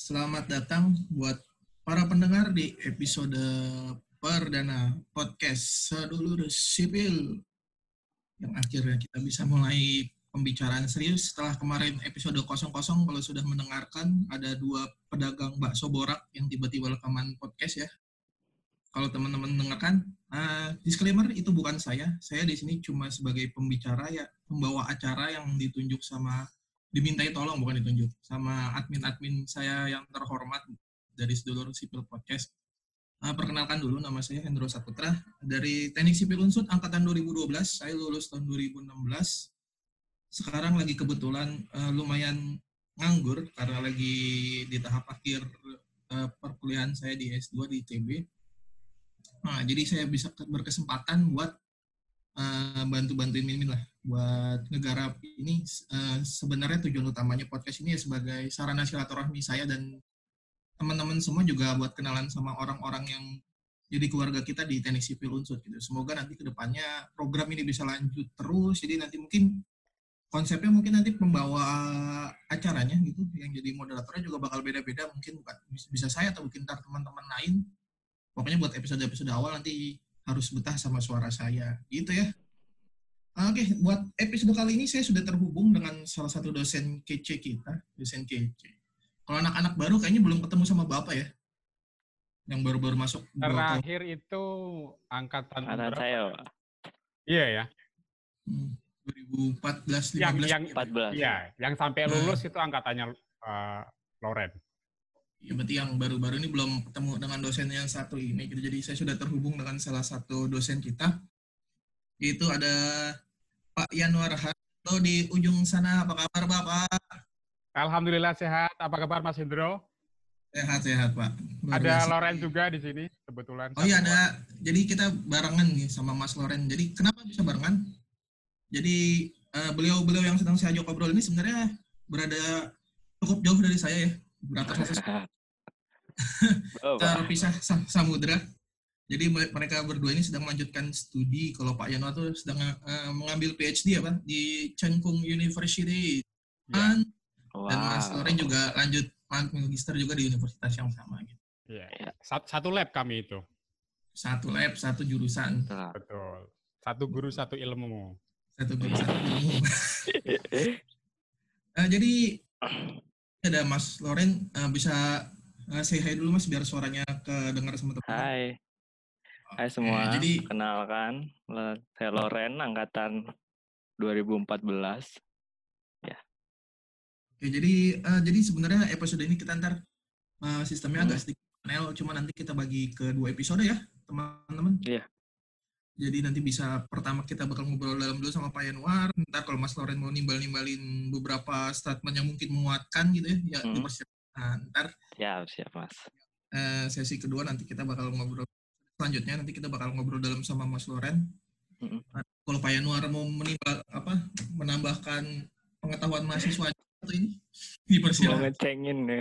Selamat datang buat para pendengar di episode perdana podcast Sedulur Sipil yang akhirnya kita bisa mulai pembicaraan serius setelah kemarin episode 00 kalau sudah mendengarkan ada dua pedagang bakso borak yang tiba-tiba rekaman podcast ya. Kalau teman-teman dengarkan, disclaimer itu bukan saya di sini cuma sebagai pembicara ya, pembawa acara yang dimintai tolong bukan ditunjuk sama admin-admin saya yang terhormat dari Sedulur Sipil Podcast. Perkenalkan dulu, nama saya Hendro Saputra dari Teknik Sipil Unsut angkatan 2012. Saya lulus tahun 2016. Sekarang lagi kebetulan lumayan nganggur karena lagi di tahap akhir perkuliahan saya di S2 di ITB. Nah, jadi saya bisa berkesempatan buat bantu-bantuin Mimin lah buat ngegarap ini. Sebenarnya tujuan utamanya podcast ini ya sebagai sarana silaturahmi saya dan teman-teman semua, juga buat kenalan sama orang-orang yang jadi keluarga kita di Teknik Sipil Unsut gitu. Semoga nanti kedepannya program ini bisa lanjut terus. Jadi nanti mungkin konsepnya nanti pembawa acaranya gitu yang jadi moderatornya juga bakal beda-beda, mungkin bukan bisa saya atau mungkin ntar teman-teman lain. Pokoknya buat episode-episode awal nanti harus betah sama suara saya gitu ya. Oke, buat episode kali ini saya sudah terhubung dengan salah satu dosen kece kita, dosen kece. Kalau anak-anak baru kayaknya belum ketemu sama Bapak ya, yang baru-baru masuk. Terakhir itu angkatan berapa? Saya, Pak. Iya ya. 2014, 15. Yang 14. Iya, yang sampai lulus itu angkatannya Loren. Ya, berarti yang baru-baru ini belum ketemu dengan dosen yang satu ini. Jadi saya sudah terhubung dengan salah satu dosen kita. Itu ada Pak Yanuar Harto di ujung sana. Apa kabar Bapak? Alhamdulillah sehat. Apa kabar Mas Hendro? Sehat Pak. Ada Loren juga di sini kebetulan. Oh iya ada. Jadi kita barengan nih sama Mas Loren. Jadi kenapa bisa barengan? Jadi beliau-beliau yang sedang saya ajak ngobrol ini sebenarnya berada cukup jauh dari saya ya. Beratas terpisah samudra. Jadi mereka berdua ini sedang melanjutkan studi. Kalau Pak Yanuar tuh sedang mengambil PhD apa di Chengkung University. Ya. Dan Mas Loren juga lanjut magister juga di universitas yang sama gitu. Iya. Satu lab kami itu. Satu lab, satu jurusan. Betul. Satu guru, satu ilmu. Satu guru, satu ilmu. Jadi ada Mas Loren, bisa say hi dulu Mas biar suaranya kedengar sama teman-teman. Hai semua, jadi kenalkan saya Loren angkatan 2014. Ya. Oke, jadi sebenarnya episode ini kita ntar sistemnya agak sedikit panel, cuma nanti kita bagi ke 2 episode ya, teman-teman. Iya. Jadi nanti bisa pertama kita bakal ngobrol dalam dulu sama Pak Yanuar. Ntar kalau Mas Loren mau nimbalin beberapa statement yang mungkin menguatkan gitu ya, dipersiapkan. Ntar siap Mas. Sesi kedua nanti kita bakal ngobrol. Selanjutnya nanti kita bakal ngobrol dalam sama Mas Loren. Kalau Pak Yanuar mau menambahkan pengetahuan mahasiswa atau ini dipersilakan. Mau ngecengin nih.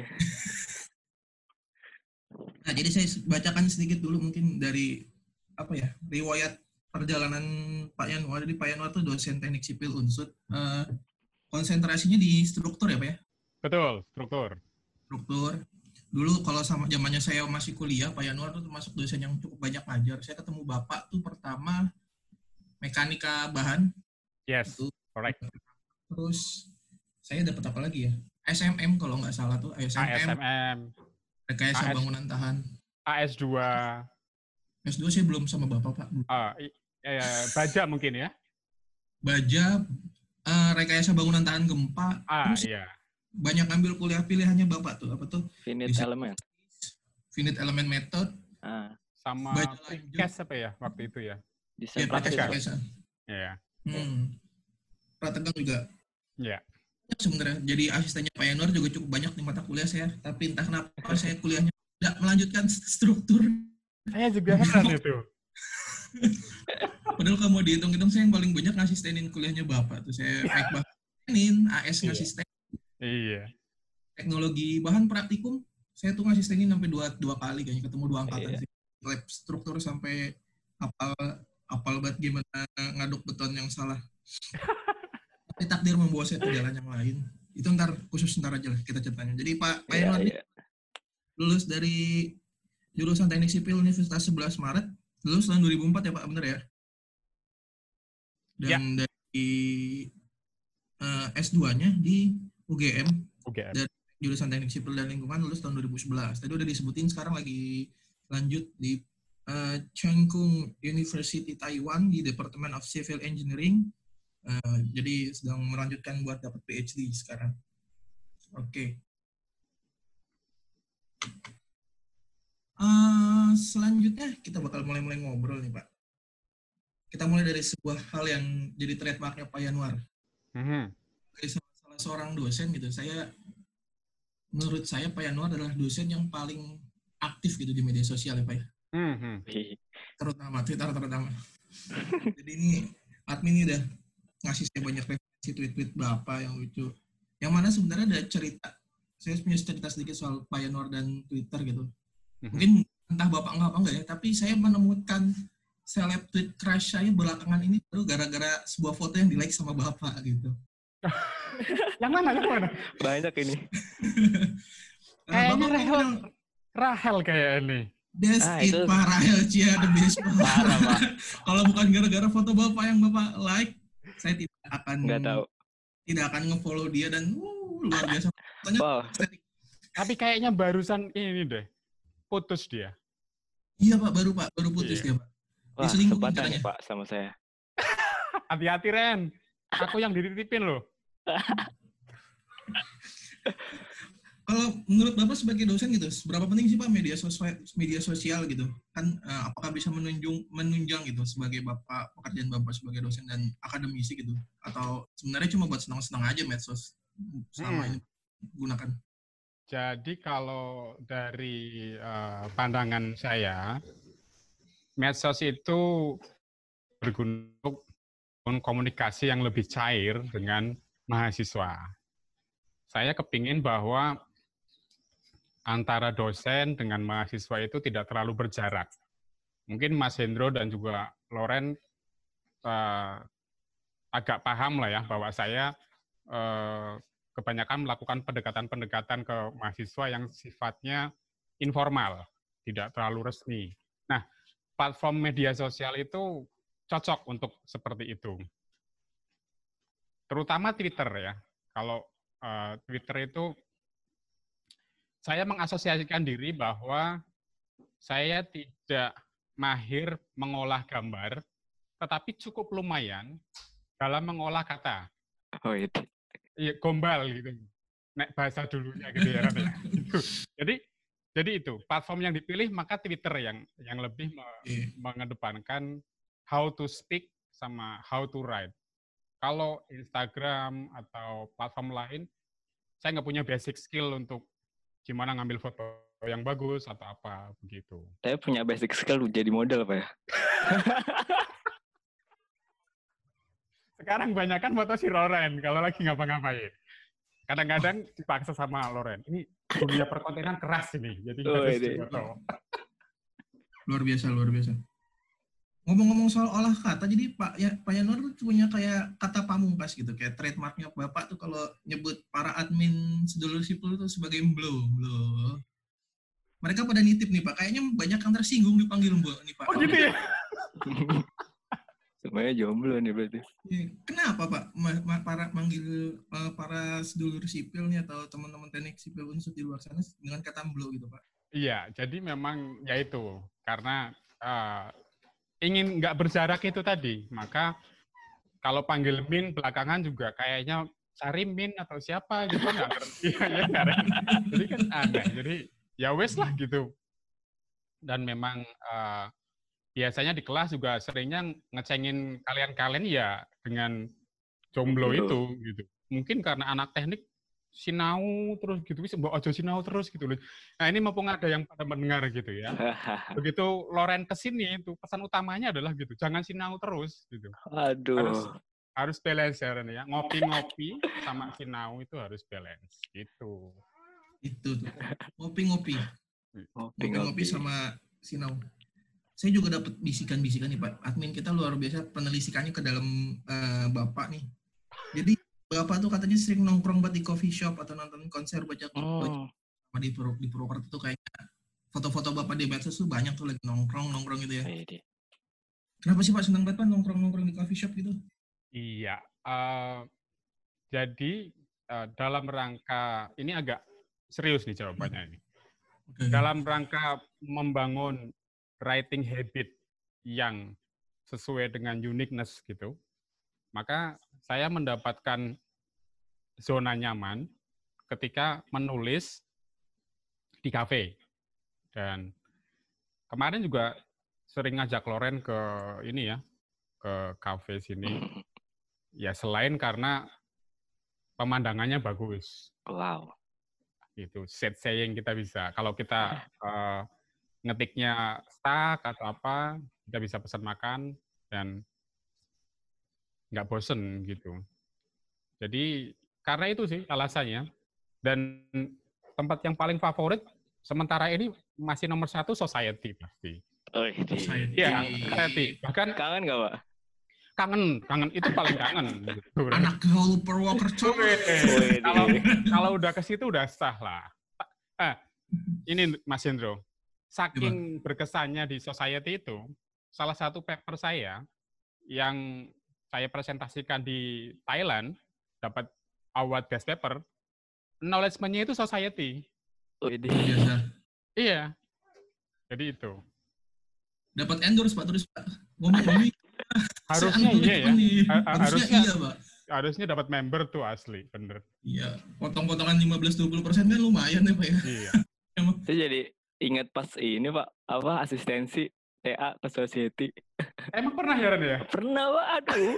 Nah, jadi saya bacakan sedikit dulu mungkin dari riwayat perjalanan Pak Yanuar. Jadi Pak Yanuar itu dosen Teknik Sipil Unsut. Konsentrasinya di struktur ya Pak ya? Betul, struktur. Dulu kalau sama zamannya saya masih kuliah, Pak Yanuar itu termasuk dosen yang cukup banyak ngajar. Saya ketemu Bapak tuh pertama mekanika bahan. Yes, correct. Terus saya dapat apa lagi ya? SMM kalau nggak salah tuh. ASMM. Rekayasa bangunan tahan. AS2. S2 saya belum sama Bapak, Pak. Baja mungkin ya? Baja, rekayasa bangunan tahan gempa. Terus iya. Banyak ambil kuliah pilihannya Bapak tuh. Apa tuh? Finite element method. Sama precast apa ya waktu itu ya? Precast. Iya. Prategang juga. Iya. Sebenarnya jadi asistennya Pak Yanuar juga cukup banyak di mata kuliah saya. Tapi entah kenapa saya kuliahnya tidak melanjutkan struktur. Saya juga heran itu. Padahal kalau mau dihitung-hitung saya yang paling banyak ngasistenin kuliahnya Bapak tuh. Saya ngasistenin, AS ngasistenin. Iya. Teknologi bahan praktikum saya tuh ngasistenin sampai dua kali kayaknya, ketemu 2 angkatan sih. Lab struktur sampai apal banget gimana ngaduk beton yang salah. Tapi takdir membawa saya ke jalan yang lain. Itu ntar aja lah kita ceritanya. Jadi Pak Yanuar lulus dari jurusan Teknik Sipil Universitas 11 Maret, lulus tahun 2004 ya Pak, benar ya? Dan dari S2-nya di UGM. Dari jurusan Teknik Sipil dan Lingkungan lulus tahun 2011. Tadi udah disebutin, sekarang lagi lanjut di Cheng Kung University Taiwan di Department of Civil Engineering. Jadi sedang melanjutkan buat dapat PhD sekarang. Oke. Selanjutnya kita bakal mulai ngobrol nih Pak. Kita mulai dari sebuah hal yang jadi trademarknya Pak Yanuar. Dari salah seorang dosen gitu, menurut saya Pak Yanuar adalah dosen yang paling aktif gitu di media sosial ya Pak ya. Terutama Twitter terutama. Jadi ini admin ini udah ngasih saya banyak referensi tweet-tweet Bapak yang lucu. Yang mana sebenarnya ada cerita. Saya punya cerita sedikit soal Pak Yanuar dan Twitter gitu. Mungkin entah Bapak enggak ya, tapi saya menemukan seleb tweet crush saya belakangan ini baru gara-gara sebuah foto yang di-like sama Bapak gitu. Yang mana? Banyak ini. Kayaknya Rahel kayak ini. That's it, Pak Rahel Cia, the best Pak. Kalau bukan gara-gara foto Bapak yang Bapak like, saya tidak akan nge-follow dia dan luar biasa. Tapi kayaknya barusan ini deh, putus dia. Iya Pak, baru putus dia Pak. Wah, sepatah nih Pak sama saya. Hati-hati Ren, aku yang dititipin loh. Kalau menurut Bapak sebagai dosen gitu, seberapa penting sih Pak media sosial gitu? Kan apakah bisa menunjang gitu sebagai Bapak, pekerjaan Bapak sebagai dosen dan akademisi gitu? Atau sebenarnya cuma buat senang-senang aja medsos selama ini gunakan? Jadi kalau dari pandangan saya, medsos itu berguna untuk komunikasi yang lebih cair dengan mahasiswa. Saya kepingin bahwa antara dosen dengan mahasiswa itu tidak terlalu berjarak. Mungkin Mas Hendro dan juga Loren agak paham lah ya bahwa saya kebanyakan melakukan pendekatan-pendekatan ke mahasiswa yang sifatnya informal, tidak terlalu resmi. Nah, platform media sosial itu cocok untuk seperti itu. Terutama Twitter ya. Kalau Twitter itu saya mengasosiasikan diri bahwa saya tidak mahir mengolah gambar, tetapi cukup lumayan dalam mengolah kata. Oh itu. Iya, gombal gitu. Nek bahasa dulunya gitu ya. Jadi itu platform yang dipilih maka Twitter yang lebih mengedepankan how to speak sama how to write. Kalau Instagram atau platform lain, saya nggak punya basic skill untuk gimana ngambil foto yang bagus atau apa begitu. Saya punya basic skill jadi model Pak ya. Sekarang banyak kan foto si Loren kalau lagi ngapa-ngapain. Kadang-kadang dipaksa sama Loren. Ini dunia perkontenan keras ini, jadi harus foto. Luar biasa. Ngomong-ngomong soal olah kata, jadi Pak Yanuar tuh punya kayak kata pamungkas gitu, kayak trademarknya Bapak tuh kalau nyebut para admin sedulur sipil itu sebagai mblo. Mereka pada nitip nih Pak, kayaknya banyak yang tersinggung dipanggil mblo nih Pak. Oh gitu ya? Semuanya jomblo nih berarti. Kenapa Pak manggil para sedulur sipil nih atau teman-teman teknik sipil unsur di luar sana dengan kata mblo gitu Pak? Iya, jadi memang ya itu karena ingin nggak berjarak itu tadi, maka kalau panggil Min belakangan juga kayaknya cari Min atau siapa gitu nggak ngerti. Jadi kan aneh. Jadi ya wes lah gitu. Dan memang biasanya di kelas juga seringnya ngecengin kalian ya dengan jomblo itu gitu. Mungkin karena anak teknik sinau terus gitu, mbok ojo sinau terus gitu loh. Nah ini mumpung ada yang pada mendengar gitu ya. Begitu Loren kesini itu pesan utamanya adalah gitu, jangan sinau terus gitu. Aduh. Harus balance ya, ngopi-ngopi sama sinau itu harus balance gitu. Itu tuh, ngopi-ngopi sama sinau. Saya juga dapat bisikan-bisikan nih Pak. Admin kita luar biasa penelitikannya ke dalam Bapak nih. Jadi Bapak tuh katanya sering nongkrong buat di coffee shop atau nonton konser baca di Purwokerto tuh kayaknya foto-foto Bapak di medsos tuh banyak tuh lagi nongkrong gitu ya. Kenapa sih Pak senang banget Pak nongkrong di coffee shop gitu? Iya. Jadi dalam rangka ini agak serius nih jawabannya ini. Oke. Dalam rangka membangun writing habit yang sesuai dengan uniqueness gitu, maka saya mendapatkan zona nyaman ketika menulis di kafe. Dan kemarin juga sering ngajak Loren ke ini ya, ke kafe sini. Ya selain karena pemandangannya bagus. Wow. Itu set saying kita bisa. Kalau kita ngetiknya stuck atau apa, kita bisa pesan makan dan nggak bosen gitu. Jadi karena itu sih alasannya. Dan tempat yang paling favorit sementara ini masih nomor 1 Society pasti. Oh, Iya, Society. Bahkan kangen nggak Pak? Kangen itu paling kangen. Gitu. Anak gaul Purwokerto. Kalau udah ke situ udah sah lah. Ini Mas Hendro, saking berkesannya di Society itu, salah satu paper saya yang saya presentasikan di Thailand, dapat award best paper, knowledge-nya itu Society. Biasa. Iya. Jadi itu. Dapat endorse Pak terus Pak. Ngomong-ngomong. Harusnya iya ya. Harusnya iya Pak. Harusnya dapat member tuh asli, bener. Iya, potong-potongan 15-20% kan lumayan ya Pak ya. Iya. Saya jadi ingat pas ini Pak, asistensi TA ke Society. Emang pernah ya Ren ya? Pernah Pak, aduh.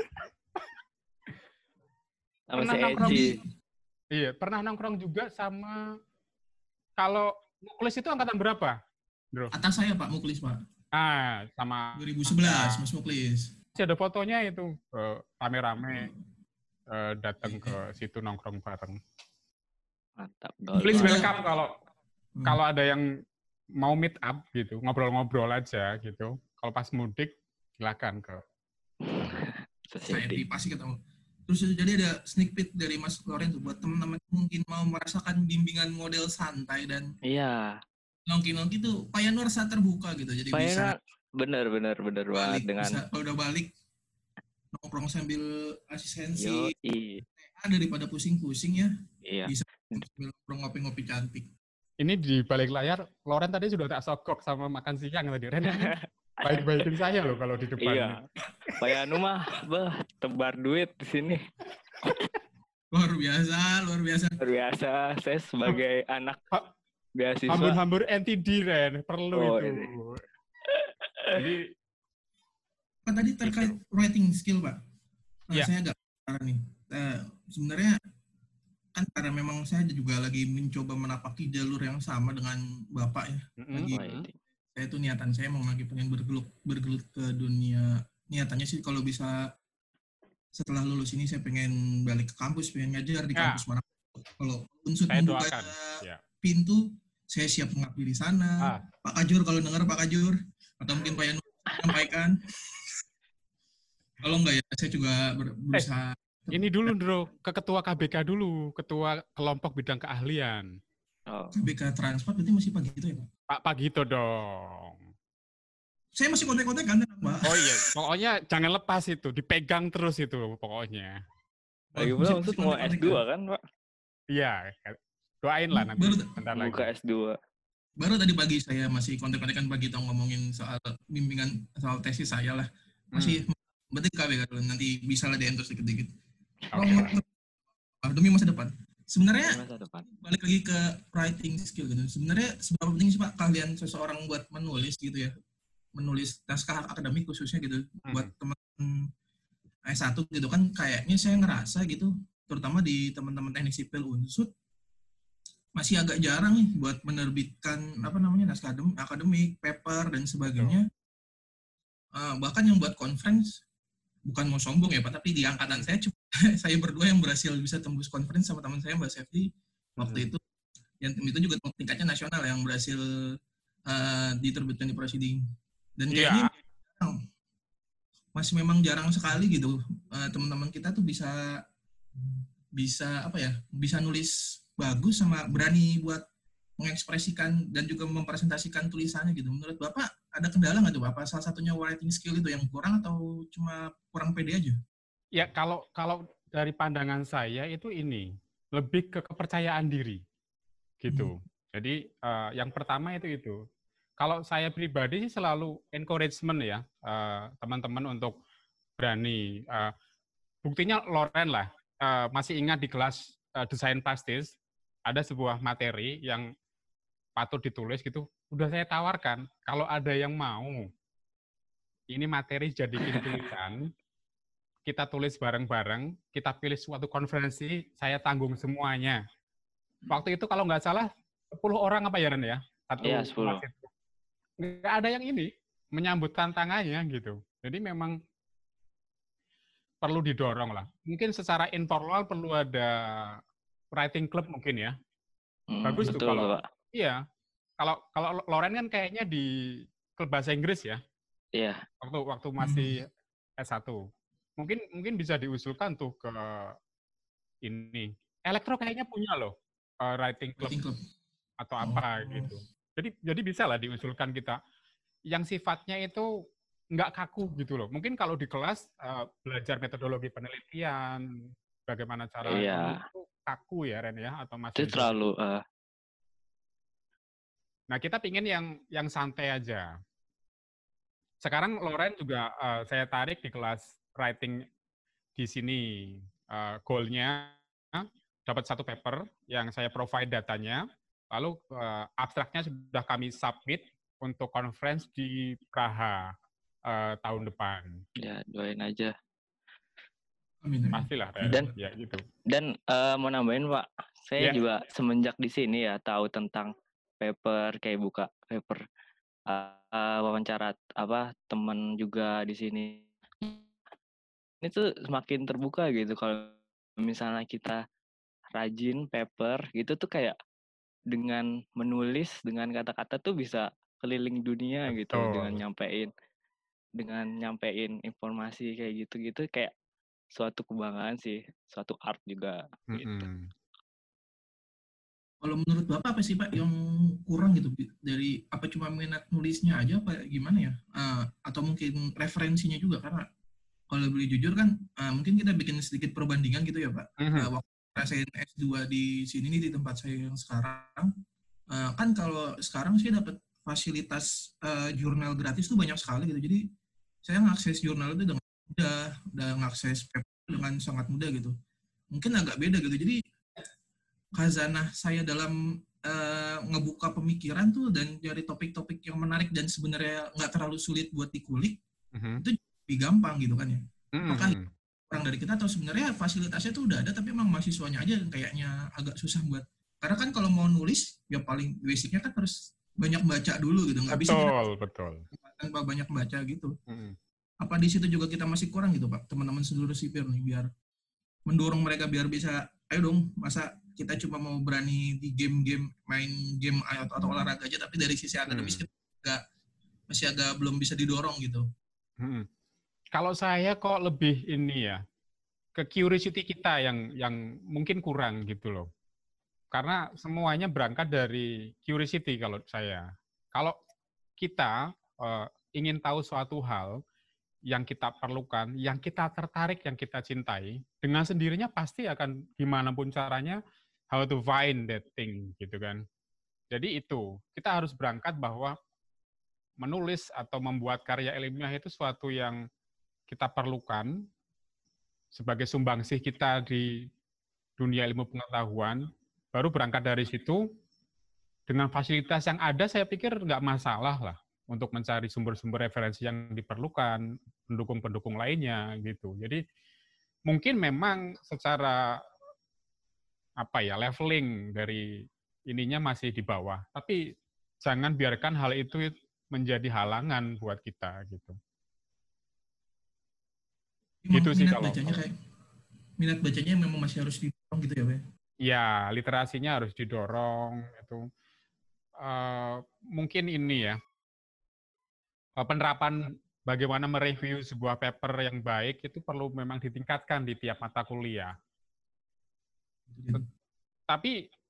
Sama si Eci. Iya, pernah nongkrong juga sama, kalau Muklis itu angkatan berapa, Bro? Atas saya Pak Muklis Pak. Sama 2011 Mas Muklis. Ada fotonya itu, rame-rame datang ke situ nongkrong bareng. Mantap. Please welcome kalau ada yang mau meet up gitu, ngobrol-ngobrol aja gitu. Kalau pas mudik silakan ke Society pasti ketemu. Terus jadi ada sneak peek dari Mas Loren tuh buat teman-teman mungkin mau merasakan bimbingan model santai dan nongki-nongki tuh Pak Yanuar saat terbuka gitu. Jadi bisa bener banget dengan bisa, kalau udah balik nongkrong sambil asistensi daripada pusing-pusing ya. Iya. Bisa sambil ngopi-ngopi cantik. Ini di balik layar, Loren tadi sudah tak sogok sama makan siang tadi. Ren, baik-baikin saya loh kalau di depan. Iya. Pak Yanu mah, tebar duit di sini. Luar biasa. Luar biasa. Saya sebagai anak beasiswa. Hambur-hambur NTD, Ren. Perlu itu. Jadi, Pak tadi terkait writing skill, Pak. Saya agak penasaran nih. Sebenarnya kan karena memang saya juga lagi mencoba menapaki jalur yang sama dengan Bapak ya. Saya tuh niatan saya mau lagi pengen bergelut ke dunia. Niatannya sih kalau bisa setelah lulus ini saya pengen balik ke kampus, pengen ngajar di kampus mana. Kalau unsur membuka pintu, saya siap mengabdi di sana. Pak Kajur kalau dengar Pak Kajur atau mungkin Pak Yanu sampaikan. Kalau enggak ya saya juga berusaha. Ini dulu, Bro, ke ketua KBK dulu, ketua kelompok bidang keahlian. KBK Transport berarti masih pagi itu ya, Pak? Pak Gito dong. Saya masih kontak-kontakan, Pak. Oh iya, pokoknya jangan lepas itu, dipegang terus itu pokoknya. Lagi pula maksud mau S2 kan, Pak? Iya, doain lah nanti. Bentar lagi. Buka S2. Baru tadi pagi saya masih kontak-kontakan Pak Gito ngomongin soal bimbingan, soal tesis saya lah. Masih berarti KBK dulu, nanti bisa lah di-endorse dikit-dikit. Demi masa depan. Sebenarnya balik lagi ke writing skill gitu. Sebenarnya seberapa penting sih Pak keahlian seseorang buat menulis gitu ya? Menulis naskah akademik khususnya gitu buat teman S1 gitu kan kayaknya saya ngerasa gitu terutama di teman-teman teknik sipil Unsud masih agak jarang nih buat menerbitkan naskah akademik, paper dan sebagainya. Bahkan yang buat conference bukan mau sombong ya Pak, tapi di angkatan saya berdua yang berhasil bisa tembus conference sama teman saya Mbak Sefti waktu itu. Yang itu juga tingkatnya nasional yang berhasil diterbitkan di proceeding. Dan kayaknya masih memang jarang sekali gitu teman-teman kita tuh bisa nulis bagus sama berani buat mengekspresikan dan juga mempresentasikan tulisannya gitu. Menurut Bapak ada kendala nggak tuh Bapak? Salah satunya writing skill itu yang kurang atau cuma kurang pede aja? Ya kalau dari pandangan saya itu ini lebih ke kepercayaan diri gitu. Jadi yang pertama itu. Kalau saya pribadi sih selalu encouragement ya teman-teman untuk berani. Buktinya Loren lah masih ingat di kelas desain plastis ada sebuah materi yang patut ditulis gitu. Udah saya tawarkan kalau ada yang mau ini materi jadiin tulisan, kita tulis bareng-bareng, kita pilih suatu konferensi, saya tanggung semuanya. Waktu itu kalau nggak salah 10 orang apa ya Ren ya? Iya, Satu 10. kelas itu. Nggak ada yang ini menyambut tantangannya gitu. Jadi memang perlu didorong lah. Mungkin secara informal perlu ada writing club mungkin ya. Bagus tuh Betul tuh, kalau Pak. iya. Kalau Loren kan kayaknya di klub bahasa Inggris ya. Iya. Waktu masih S1. Mungkin bisa diusulkan tuh ke ini. Elektro kayaknya punya loh writing club Writing club. atau apa gitu. Jadi bisa lah diusulkan kita yang sifatnya itu nggak kaku gitu loh. Mungkin kalau di kelas belajar metodologi penelitian, bagaimana cara Iya. itu kaku ya Ren ya atau Mas Itu Hendro terlalu gitu. Nah, kita pingin yang santai aja. Sekarang Loren juga saya tarik di kelas writing di sini goal-nya dapat satu paper yang saya provide datanya, lalu abstraknya sudah kami submit untuk conference di Praha tahun depan. Ya, doain aja. Amin. Pastilah Dan ya gitu. Dan mau nambahin Pak, saya juga semenjak di sini ya tahu tentang paper, kayak buka paper wawancara teman juga di sini. Ini tuh semakin terbuka gitu kalau misalnya kita rajin paper gitu tuh kayak dengan menulis dengan kata-kata tuh bisa keliling dunia gitu dengan nyampein informasi kayak gitu-gitu kayak suatu kebanggaan sih, suatu art juga gitu. Kalau menurut Bapak apa sih Pak yang kurang gitu dari apa cuma minat nulisnya aja apa gimana ya? Atau mungkin referensinya juga karena kalau boleh jujur kan mungkin kita bikin sedikit perbandingan gitu ya Pak. Waktu saya S2 di sini nih di tempat saya yang sekarang kan kalau sekarang sih dapat fasilitas jurnal gratis tuh banyak sekali gitu. Jadi saya ngakses jurnal itu dengan mudah, udah ngakses paper dengan sangat mudah gitu. Mungkin agak beda gitu. Jadi khazanah saya dalam ngebuka pemikiran tuh dan cari topik-topik yang menarik dan sebenarnya nggak terlalu sulit buat dikulik, itu lebih gampang gitu kan ya. Apakah kurang dari kita atau sebenarnya fasilitasnya tuh udah ada tapi emang mahasiswanya aja yang kayaknya agak susah buat. Karena kan kalau mau nulis ya paling basicnya kan harus banyak baca dulu gitu. Nggak bisa kita tanpa banyak baca gitu. Apa di situ juga kita masih kurang gitu Pak, teman-teman sedulur sipil nih biar mendorong mereka biar bisa, ayo dong, masa kita cuma mau berani di game-game, main game atau olahraga aja, tapi dari sisi akademis kita masih agak belum bisa didorong gitu. Kalau saya kok lebih ini ya, ke curiosity kita yang mungkin kurang gitu loh. Karena semuanya berangkat dari curiosity kalau saya. Kalau kita ingin tahu suatu hal, yang kita perlukan, yang kita tertarik, yang kita cintai, dengan sendirinya pasti akan gimana pun caranya how to find that thing gitu kan. Jadi itu, kita harus berangkat bahwa menulis atau membuat karya ilmiah itu suatu yang kita perlukan sebagai sumbangsih kita di dunia ilmu pengetahuan, baru berangkat dari situ, dengan fasilitas yang ada saya pikir nggak masalah lah untuk mencari sumber-sumber referensi yang diperlukan, pendukung-pendukung lainnya gitu. Jadi mungkin memang secara leveling dari ininya masih di bawah, tapi jangan biarkan hal itu menjadi halangan buat kita gitu. Gitu sih kalau minat bacanya memang masih harus didorong gitu ya, Pak? Ya, literasinya harus didorong itu. Mungkin ini ya, penerapan bagaimana mereview sebuah paper yang baik itu perlu memang ditingkatkan di tiap mata kuliah. Tapi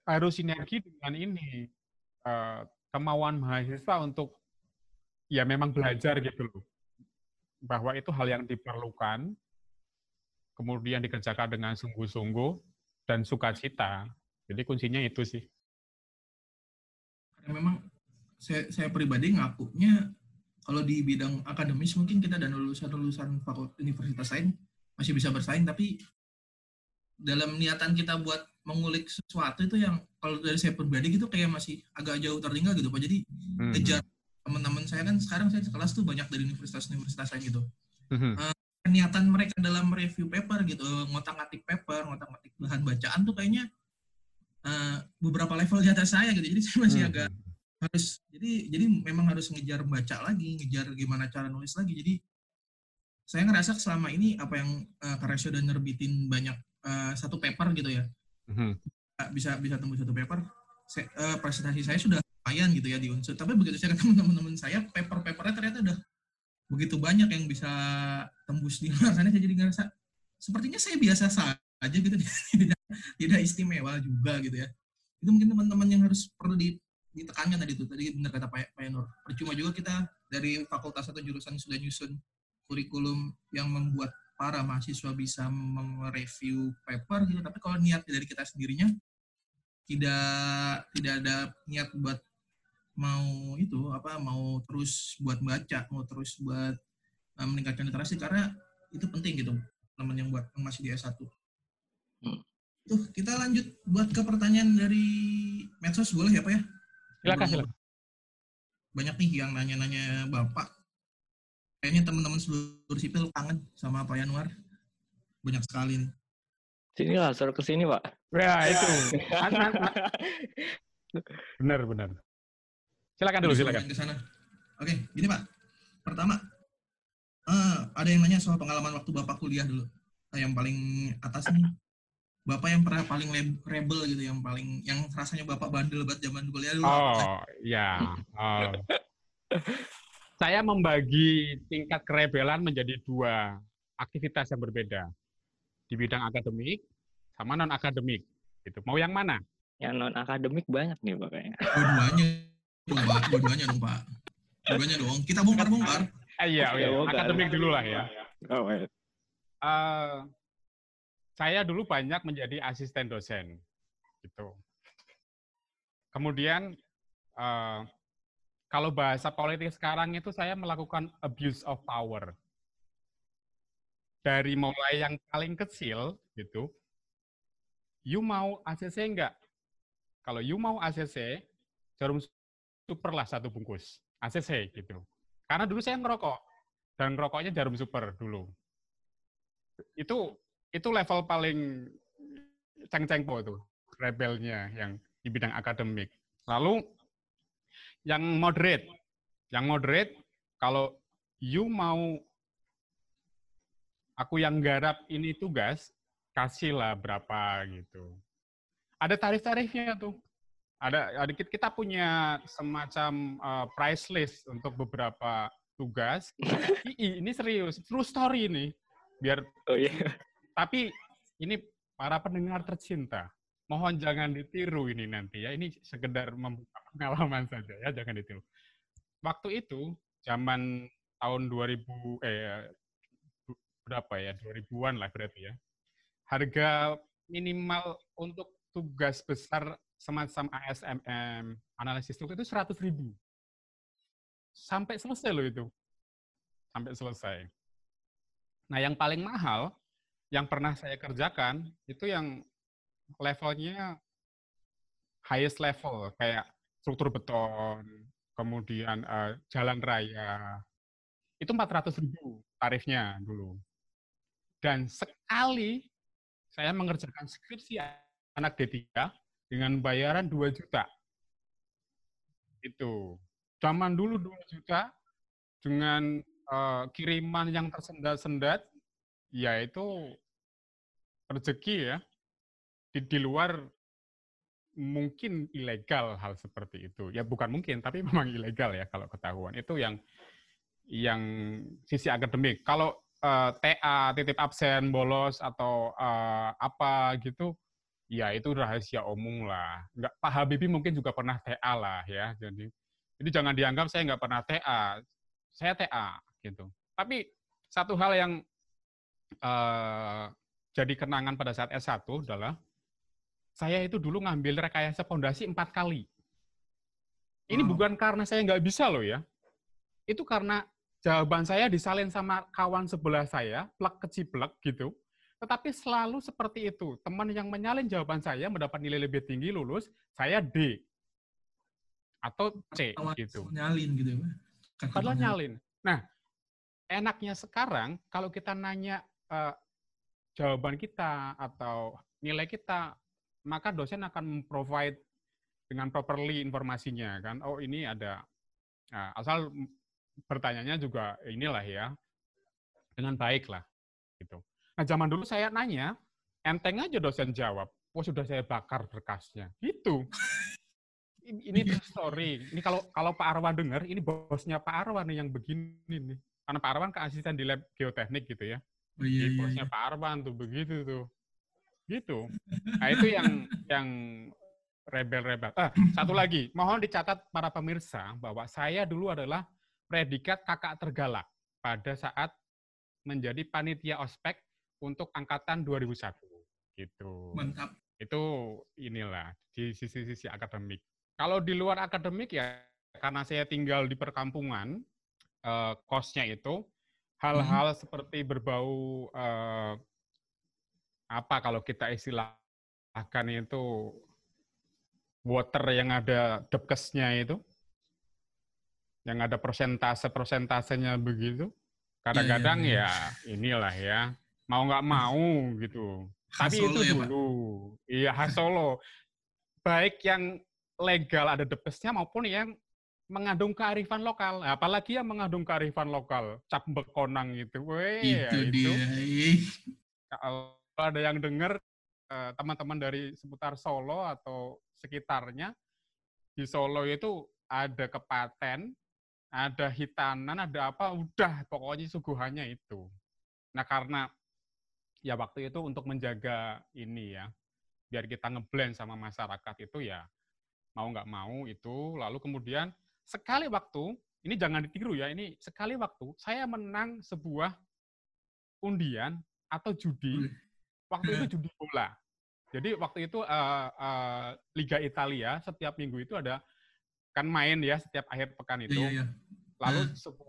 harus sinergi dengan ini kemauan mahasiswa untuk ya memang belajar gitu loh. Bahwa itu hal yang diperlukan, kemudian dikerjakan dengan sungguh-sungguh dan sukacita. Jadi kuncinya itu sih. Karena memang saya pribadi ngakunya kalau di bidang akademis mungkin kita dan lulusan fakultas universitas lain masih bisa bersaing, tapi dalam niatan kita buat mengulik sesuatu itu yang kalau dari saya pribadi gitu kayak masih agak jauh tertinggal gitu Pak. Jadi kejar teman-teman saya kan sekarang saya sekelas tuh banyak dari universitas-universitas lain gitu. Niatan mereka dalam review paper gitu, ngotak-ngatik paper, ngotak-ngatik bahan bacaan tuh kayaknya beberapa level di atas saya gitu. Jadi saya masih agak harus jadi memang harus ngejar baca lagi, ngejar gimana cara nulis lagi. Jadi saya ngerasa selama ini apa yang Karesyo udah nerbitin banyak satu paper gitu ya, bisa tembus satu paper. Presentasi saya sudah lumayan gitu ya di Unsur. Tapi begitu saya ketemu teman-teman saya, paper-papernya ternyata udah begitu banyak yang bisa tembus di luar sana. Saya jadi ngerasa sepertinya saya biasa saja gitu, tidak istimewa juga gitu ya. Itu mungkin teman-teman yang harus perlu ditekankan tadi itu. Tadi benar kata Pak Nur. Percuma juga kita dari fakultas atau jurusan sudah nyusun kurikulum yang membuat para mahasiswa bisa mereview paper gitu, tapi kalau niat dari kita sendirinya tidak ada niat buat mau terus buat baca, mau terus buat meningkatkan literasi, karena itu penting gitu teman yang masih di S1. Tuh, kita lanjut buat ke pertanyaan dari medsos, boleh ya Pak ya? Silakan. Banyak nih yang nanya-nanya Bapak. Kayaknya teman-teman seluruh sipil kangen sama Pak Yanuar. Banyak sekali nih. Sini lah, suruh ke sini, Pak. Ya, itu. Benar. Silakan dulu. Ke sana. Oke, gini Pak. Pertama, ada yang nanya soal pengalaman waktu Bapak kuliah dulu. Yang paling atas nih, Bapak yang pernah paling rebel gitu, yang rasanya Bapak bandel banget zaman kuliah dulu. Saya membagi tingkat kerebelan menjadi 2 aktivitas yang berbeda. Di bidang akademik sama non-akademik. Gitu. Mau yang mana? Yang non-akademik banyak nih Pak kayaknya. Dua-duanya dong Pak. Dua-duanya dong. Kita bongkar-bongkar. Iya. Akademik dulu lah ya. Saya dulu banyak menjadi asisten dosen. Gitu. Kemudian kalau bahasa politik sekarang itu saya melakukan abuse of power. Dari mulai yang paling kecil gitu, you mau ACC enggak? Kalau you mau ACC, jarum super lah 1 bungkus ACC gitu. Karena dulu saya ngerokok dan ngerokoknya jarum super dulu. Itu level paling ceng-cengpo itu, rebelnya yang di bidang akademik. Lalu yang moderate kalau you mau aku yang garap ini tugas, kasihlah berapa gitu. Ada tarif-tarifnya tuh. Ada kita punya semacam price list untuk beberapa tugas. Ini serius, true story ini. Biar Tapi ini para pendengar tercinta, mohon jangan ditiru ini nanti ya. Ini sekedar membuka pengalaman saja ya, jangan ditiru. Waktu itu zaman tahun 2000 berapa ya, 2000-an lah berarti ya. Harga minimal untuk tugas besar semacam ASMM, analisis struktur itu 100.000. Sampai selesai loh itu. Sampai selesai. Nah, yang paling mahal yang pernah saya kerjakan itu yang levelnya highest level, kayak struktur beton, kemudian jalan raya. Itu 400.000 tarifnya dulu. Dan sekali saya mengerjakan skripsi anak D3 dengan bayaran 2 juta. Itu. Zaman dulu 2 juta dengan kiriman yang tersendat-sendat, ya itu rezeki ya. Di luar mungkin ilegal hal seperti itu. Ya bukan mungkin, tapi memang ilegal ya kalau ketahuan. Itu yang sisi akademik. Kalau TA, titip absen, bolos, atau apa gitu, ya itu rahasia umum lah. Nggak, Pak Habibie mungkin juga pernah TA lah ya. Jadi jangan dianggap saya nggak pernah TA. Saya TA gitu. Tapi satu hal yang jadi kenangan pada saat S1 adalah saya itu dulu ngambil rekayasa fondasi 4 kali. Ini bukan karena saya nggak bisa loh ya. Itu karena jawaban saya disalin sama kawan sebelah saya, plek keciplek gitu. Tetapi selalu seperti itu. Teman yang menyalin jawaban saya mendapat nilai lebih tinggi lulus, saya D. Atau C gitu. Nyalin gitu ya. Padahal nyalin. Nah, enaknya sekarang kalau kita nanya jawaban kita atau nilai kita, maka dosen akan memprovide dengan properly informasinya kan. Oh ini ada, nah, asal bertanyanya juga inilah ya dengan baik lah gitu. Nah zaman dulu saya nanya, enteng aja dosen jawab, oh sudah saya bakar berkasnya gitu. Ini true story. Ini kalau Pak Arwan dengar, ini bosnya Pak Arwan nih yang begini nih. Karena Pak Arwan kan asisten di lab geoteknik gitu ya. Oh, iya, bosnya Pak Arwan tuh begitu tuh. Gitu. Nah itu yang rebel-rebel. Satu lagi, mohon dicatat para pemirsa bahwa saya dulu adalah predikat kakak tergalak pada saat menjadi panitia ospek untuk angkatan 2001. Gitu. Mantap. Itu inilah di sisi akademik. Kalau di luar akademik ya karena saya tinggal di perkampungan, kosnya itu hal-hal seperti berbau apa kalau kita istilahkan itu water yang ada depkesnya itu, yang ada persentase-persentasenya begitu. Kadang-kadang ya inilah ya, mau nggak mau gitu. Tapi itu ya, dulu, iya khas Solo. Baik yang legal ada depkesnya maupun yang mengandung kearifan lokal. Apalagi yang mengandung kearifan lokal, cap bekonang gitu. Itu dia. Kalau ada yang dengar teman-teman dari seputar Solo atau sekitarnya, di Solo itu ada kepaten, ada hitanan, ada apa, udah pokoknya suguhannya itu. Nah karena ya waktu itu untuk menjaga ini ya, biar kita ngeblend sama masyarakat itu ya mau nggak mau itu, lalu kemudian sekali waktu, ini jangan ditiru ya, ini sekali waktu saya menang sebuah undian atau judi, waktu itu judi bola. Jadi waktu itu Liga Italia setiap minggu itu ada kan main ya setiap akhir pekan itu. Lalu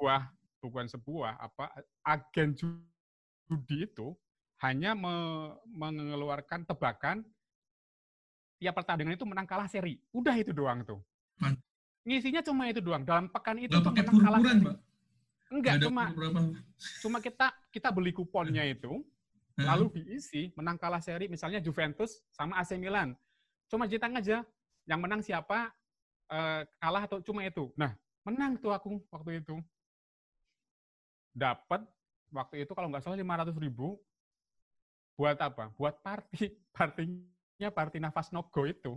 agen judi itu hanya mengeluarkan tebakan tiap pertandingan itu menang kalah seri. Udah itu doang tuh. Ngisinya cuma itu doang. Dalam pekan itu tuh menang kalah seri. Enggak, cuma kita beli kuponnya itu. Lalu diisi menang kalah seri, misalnya Juventus sama AC Milan. Cuma cetak aja, yang menang siapa, kalah atau cuma itu. Nah, menang tuh aku waktu itu. Dapat waktu itu kalau nggak salah 500.000. Buat apa? Buat partinya party nafas nogo itu.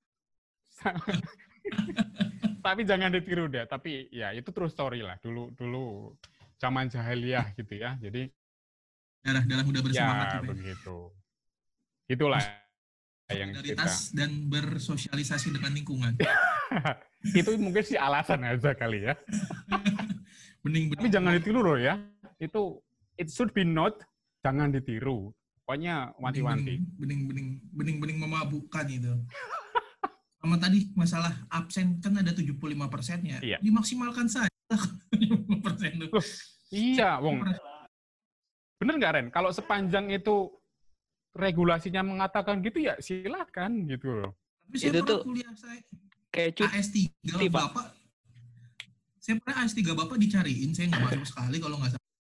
Tapi jangan ditiru deh. Tapi ya itu true story lah. Dulu zaman jahiliyah gitu ya. Jadi darah muda bersemangat ya, gitu. Begitu. Itulah yang kita dan bersosialisasi dengan lingkungan. Itu mungkin sih alasan aja kali ya. Tapi jangan ditiru loh ya. Itu it should be not, jangan ditiru. Pokoknya wanti-wanti. Bening memabukkan itu. Sama tadi masalah absen kan ada 75%-nya. Iya. Dimaksimalkan saja 75% itu. Iya, Wong. Bener nggak, Ren? Kalau sepanjang itu regulasinya mengatakan gitu ya silakan gitu loh. Tapi saya pernah kuliah saya kayak AS3 Bapak. Saya pernah AS3 Bapak dicariin, saya nggak masuk sekali kalau nggak salah.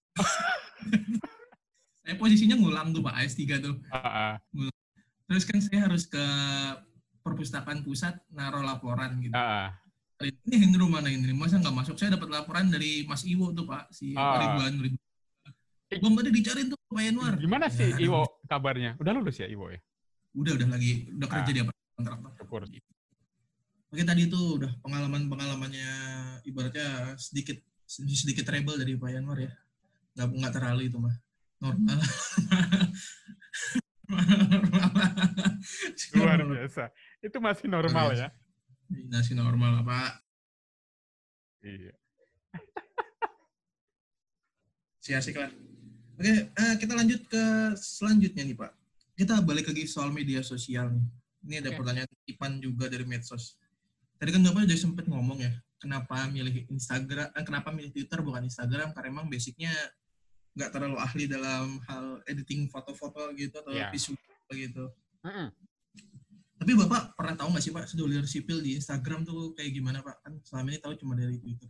Saya posisinya ngulang tuh Pak, AS3 tuh. Terus kan saya harus ke perpustakaan pusat naruh laporan gitu. Ini Hendro mana ini? Masa nggak masuk? Saya dapat laporan dari Mas Iwo tuh Pak, si Ridwan. Belum ada dicariin tuh Pak Yanwar. Gimana sih Iwo kabarnya? Udah lulus ya Iwo ya? Udah kerja dia Pak, kontraktor. Oke tadi itu udah pengalamannya ibaratnya sedikit rebel dari Pak Yanwar ya. Nggak terlalu itu mah. Normal. biasa. Itu masih normal ya. Masih normal, Pak. Iya. Asik lah. Oke, kita lanjut ke selanjutnya nih, Pak. Kita balik lagi soal media sosial nih. Ini ada pertanyaan titipan juga dari medsos. Tadi kan Bapak udah sempat ngomong ya, kenapa milih Instagram, kenapa milih Twitter bukan Instagram, karena emang basicnya nggak terlalu ahli dalam hal editing foto-foto gitu atau visual gitu. Tapi Bapak pernah tahu nggak sih Pak, sedulur sipil di Instagram tuh kayak gimana Pak? Kan selama ini tahu cuma dari Twitter.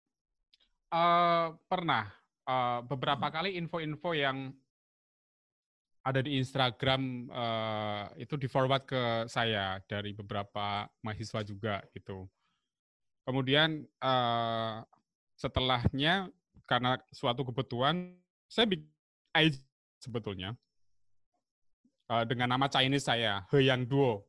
Pernah. Beberapa kali info-info yang ada di Instagram itu di-forward ke saya dari beberapa mahasiswa juga gitu. Kemudian setelahnya karena suatu kebutuhan, saya bikin IG sebetulnya dengan nama Chinese saya, He Yang Duo.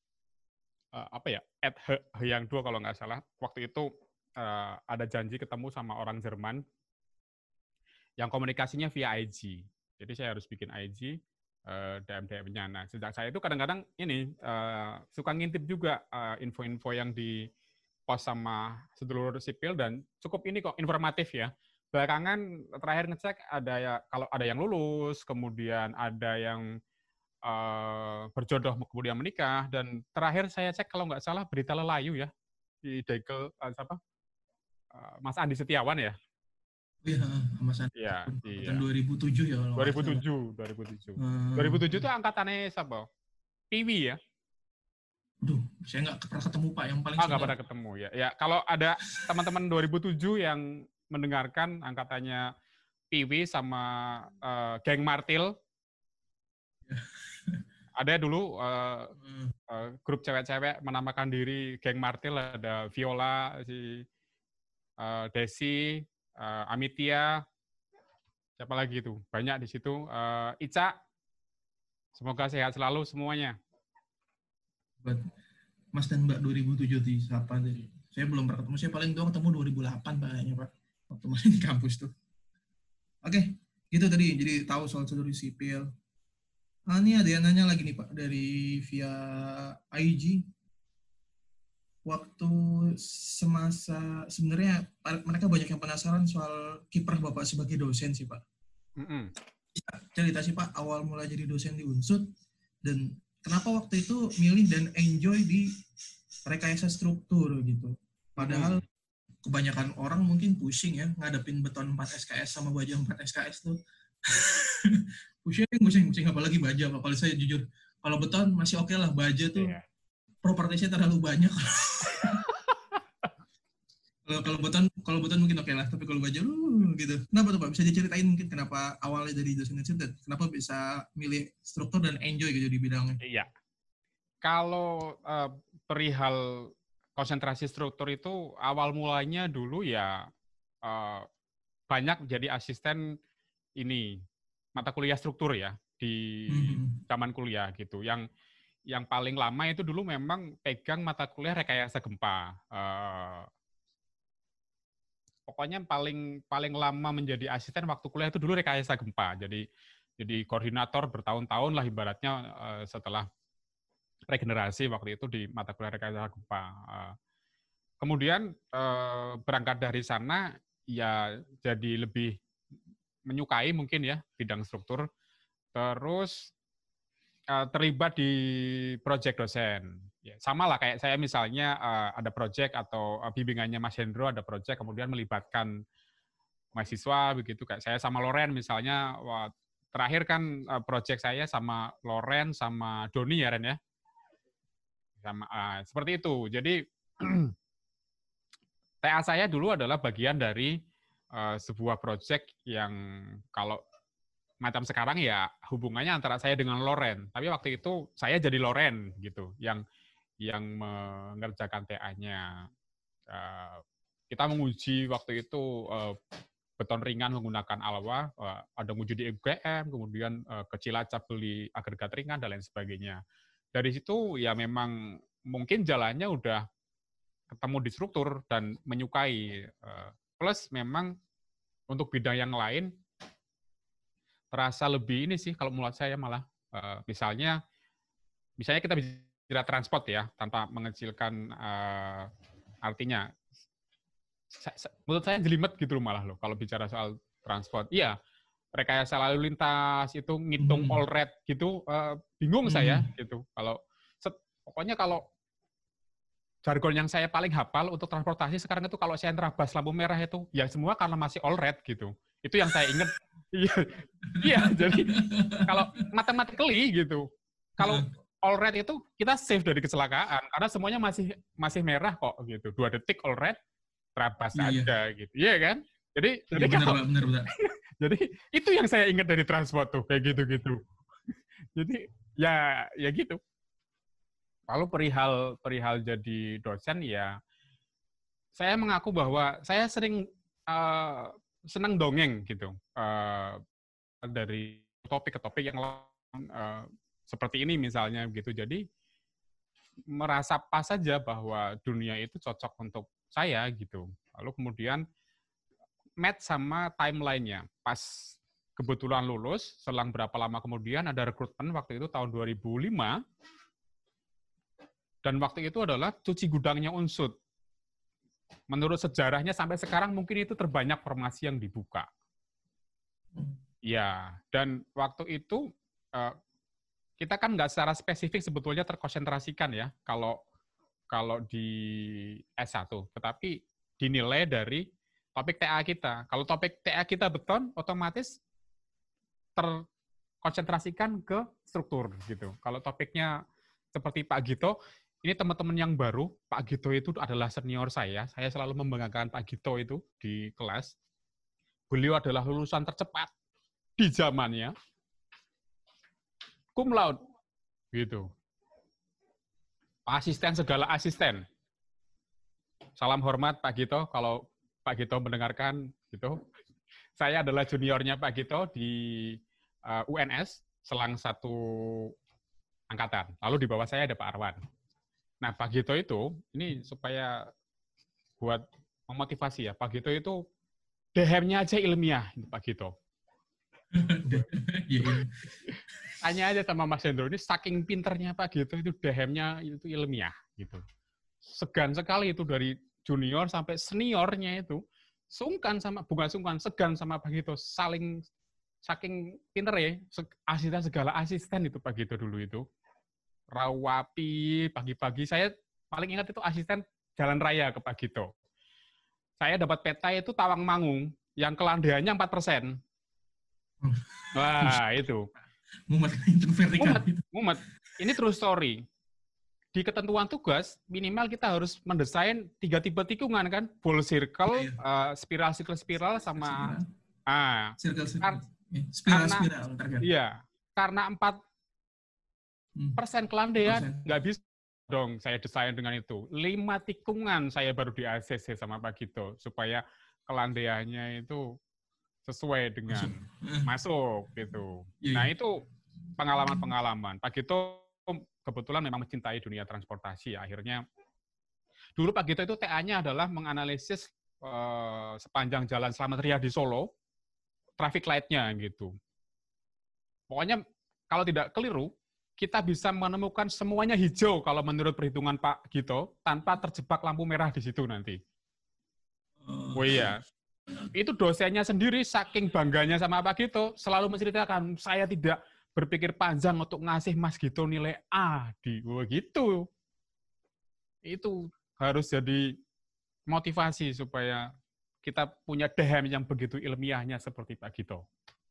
@He Yang Duo kalau nggak salah. Waktu itu ada janji ketemu sama orang Jerman yang komunikasinya via IG. Jadi saya harus bikin IG, DM-nya. Nah, sejak saya itu kadang-kadang ini suka ngintip juga info-info yang di post sama sedulur sipil dan cukup ini kok informatif ya. Belakangan terakhir ngecek ada ya, kalau ada yang lulus, kemudian ada yang berjodoh kemudian menikah, dan terakhir saya cek kalau nggak salah berita lelayu ya di Degel Mas Andi Setiawan ya. Iya, Mas Andi. Iya. 2007 ya kalau 2007. 2007 itu angkatannya siapa? Piwi ya. Aduh, saya nggak pernah ketemu Pak, yang paling nggak pernah ketemu ya. Ya, kalau ada teman-teman 2007 yang mendengarkan angkatannya Piwi sama geng Martil. Ada dulu grup cewek-cewek menamakan diri geng Martil, ada Viola, si Desi, Amitia, siapa lagi itu? Banyak di situ. Ica, semoga sehat selalu semuanya. Mas dan Mbak 2007 di siapa tadi? Saya belum pernah ketemu, saya paling tua ketemu 2008 kayaknya Pak, waktu masih di kampus tuh. Oke, gitu tadi, jadi tahu soal sedulur sipil. Ini ada yang nanya lagi nih Pak, dari via IG. Waktu semasa, sebenarnya mereka banyak yang penasaran soal kiprah Bapak sebagai dosen sih Pak. Cerita sih Pak, awal mulai jadi dosen di Unsud, dan kenapa waktu itu milih dan enjoy di rekayasa struktur gitu. Padahal kebanyakan orang mungkin pusing ya, ngadepin beton 4 SKS sama baja 4 SKS tuh. pusing, apalagi baja. Kalau saya jujur, kalau beton masih oke lah, baja tuh propertinya terlalu banyak. kalau beton mungkin oke lah, tapi kalau baja gitu. Kenapa tuh Pak? Bisa diceritain mungkin kenapa awalnya dari dosen dan kenapa bisa milih struktur dan enjoy gitu di bidangnya? Iya. Kalau perihal konsentrasi struktur itu awal mulanya dulu ya banyak jadi asisten ini mata kuliah struktur ya di zaman kuliah gitu. Yang paling lama itu dulu memang pegang mata kuliah rekayasa gempa. Pokoknya paling lama menjadi asisten waktu kuliah itu dulu rekayasa gempa. Jadi koordinator bertahun-tahun lah ibaratnya setelah regenerasi waktu itu di mata kuliah rekayasa gempa. Kemudian berangkat dari sana ya jadi lebih menyukai mungkin ya bidang struktur. Terus terlibat di proyek dosen. Ya, sama lah kayak saya misalnya ada proyek atau bimbingannya Mas Hendro ada proyek kemudian melibatkan mahasiswa begitu, kayak saya sama Loren misalnya. Terakhir kan proyek saya sama Loren sama Doni ya Ren ya. Sama seperti itu. Jadi TA saya dulu adalah bagian dari sebuah proyek yang kalau macam sekarang ya hubungannya antara saya dengan Loren, tapi waktu itu saya jadi Loren gitu, yang mengerjakan TA-nya. Kita menguji waktu itu beton ringan menggunakan Alwa, ada menguji di UGM, kemudian ke Cilacap beli agregat ringan dan lain sebagainya. Dari situ ya memang mungkin jalannya udah ketemu di struktur dan menyukai. Plus memang untuk bidang yang lain terasa lebih ini sih kalau menurut saya malah misalnya kita istilah transport ya, tanpa mengecilkan artinya. Menurut saya jelimet gitu loh malah loh kalau bicara soal transport. Iya, rekayasa lalu lintas itu ngitung all red gitu, bingung saya gitu. Pokoknya kalau jargon yang saya paling hafal untuk transportasi sekarang itu kalau saya nerabas lampu merah itu ya semua karena masih all red gitu. Itu yang saya ingat. Iya, jadi kalau mathematically gitu. Kalau all red itu kita safe dari kecelakaan karena semuanya masih merah kok gitu. 2 detik all red terabas aja gitu. Iya kan? Jadi benar. jadi itu yang saya ingat dari transport tuh kayak gitu-gitu. Jadi ya gitu. Lalu perihal jadi dosen ya saya mengaku bahwa saya sering senang dongeng gitu dari topik ke topik yang seperti ini misalnya gitu. Jadi merasa pas saja bahwa dunia itu cocok untuk saya gitu. Lalu kemudian match sama timeline-nya. Pas kebetulan lulus, selang berapa lama kemudian ada rekrutmen waktu itu tahun 2005. Dan waktu itu adalah cuci gudangnya Unsud. Menurut sejarahnya sampai sekarang mungkin itu terbanyak formasi yang dibuka. Ya, dan waktu itu kita kan nggak secara spesifik sebetulnya terkonsentrasikan ya kalau di S1, tetapi dinilai dari topik TA kita. Kalau topik TA kita beton, otomatis terkonsentrasikan ke struktur gitu. Kalau topiknya seperti Pak Gito, ini teman-teman yang baru, Pak Gito itu adalah senior saya selalu membanggakan Pak Gito itu di kelas. Beliau adalah lulusan tercepat di zamannya, cum laude, gitu. Asisten segala asisten. Salam hormat Pak Gito, kalau Pak Gito mendengarkan, gitu. Saya adalah juniornya Pak Gito di UNS, selang 1 angkatan. Lalu di bawah saya ada Pak Arwan. Nah, Pak Gito itu, ini supaya buat memotivasi ya, Pak Gito itu DM-nya aja ilmiah, Pak Gito. Tanya aja sama Mas Hendro, ini saking pinternya Pak Gito itu DM-nya itu ilmiah gitu. Segan sekali itu dari junior sampai seniornya itu. Segan sama Pak Gito, saking pinter ya, asisten segala asisten itu Pak Gito dulu itu. Rawapi, pagi-pagi saya paling ingat itu asisten jalan raya ke Pak Gito. Saya dapat peta itu Tawangmangu, yang kelandaiannya 4%. Wah, itu. Mumet. Ini true story. Di ketentuan tugas, minimal kita harus mendesain 3 tipe tikungan kan, full circle, spiral, sama spiral. Iya, karena 4% kelandaian nggak bisa dong saya desain dengan itu. 5 tikungan saya baru di ACC sama Pak Gito supaya kelandaiannya itu sesuai dengan masuk gitu. Nah, itu pengalaman-pengalaman. Pak Gito kebetulan memang mencintai dunia transportasi. Akhirnya dulu Pak Gito itu TA-nya adalah menganalisis sepanjang jalan Slamet Riyadi Solo, traffic light-nya gitu. Pokoknya kalau tidak keliru, kita bisa menemukan semuanya hijau kalau menurut perhitungan Pak Gito, tanpa terjebak lampu merah di situ nanti. Oh iya. Itu dosennya sendiri saking bangganya sama Pak Gito, selalu menceritakan, saya tidak berpikir panjang untuk ngasih Mas Gito nilai A di gitu. Itu harus jadi motivasi supaya kita punya DM yang begitu ilmiahnya seperti Pak Gito.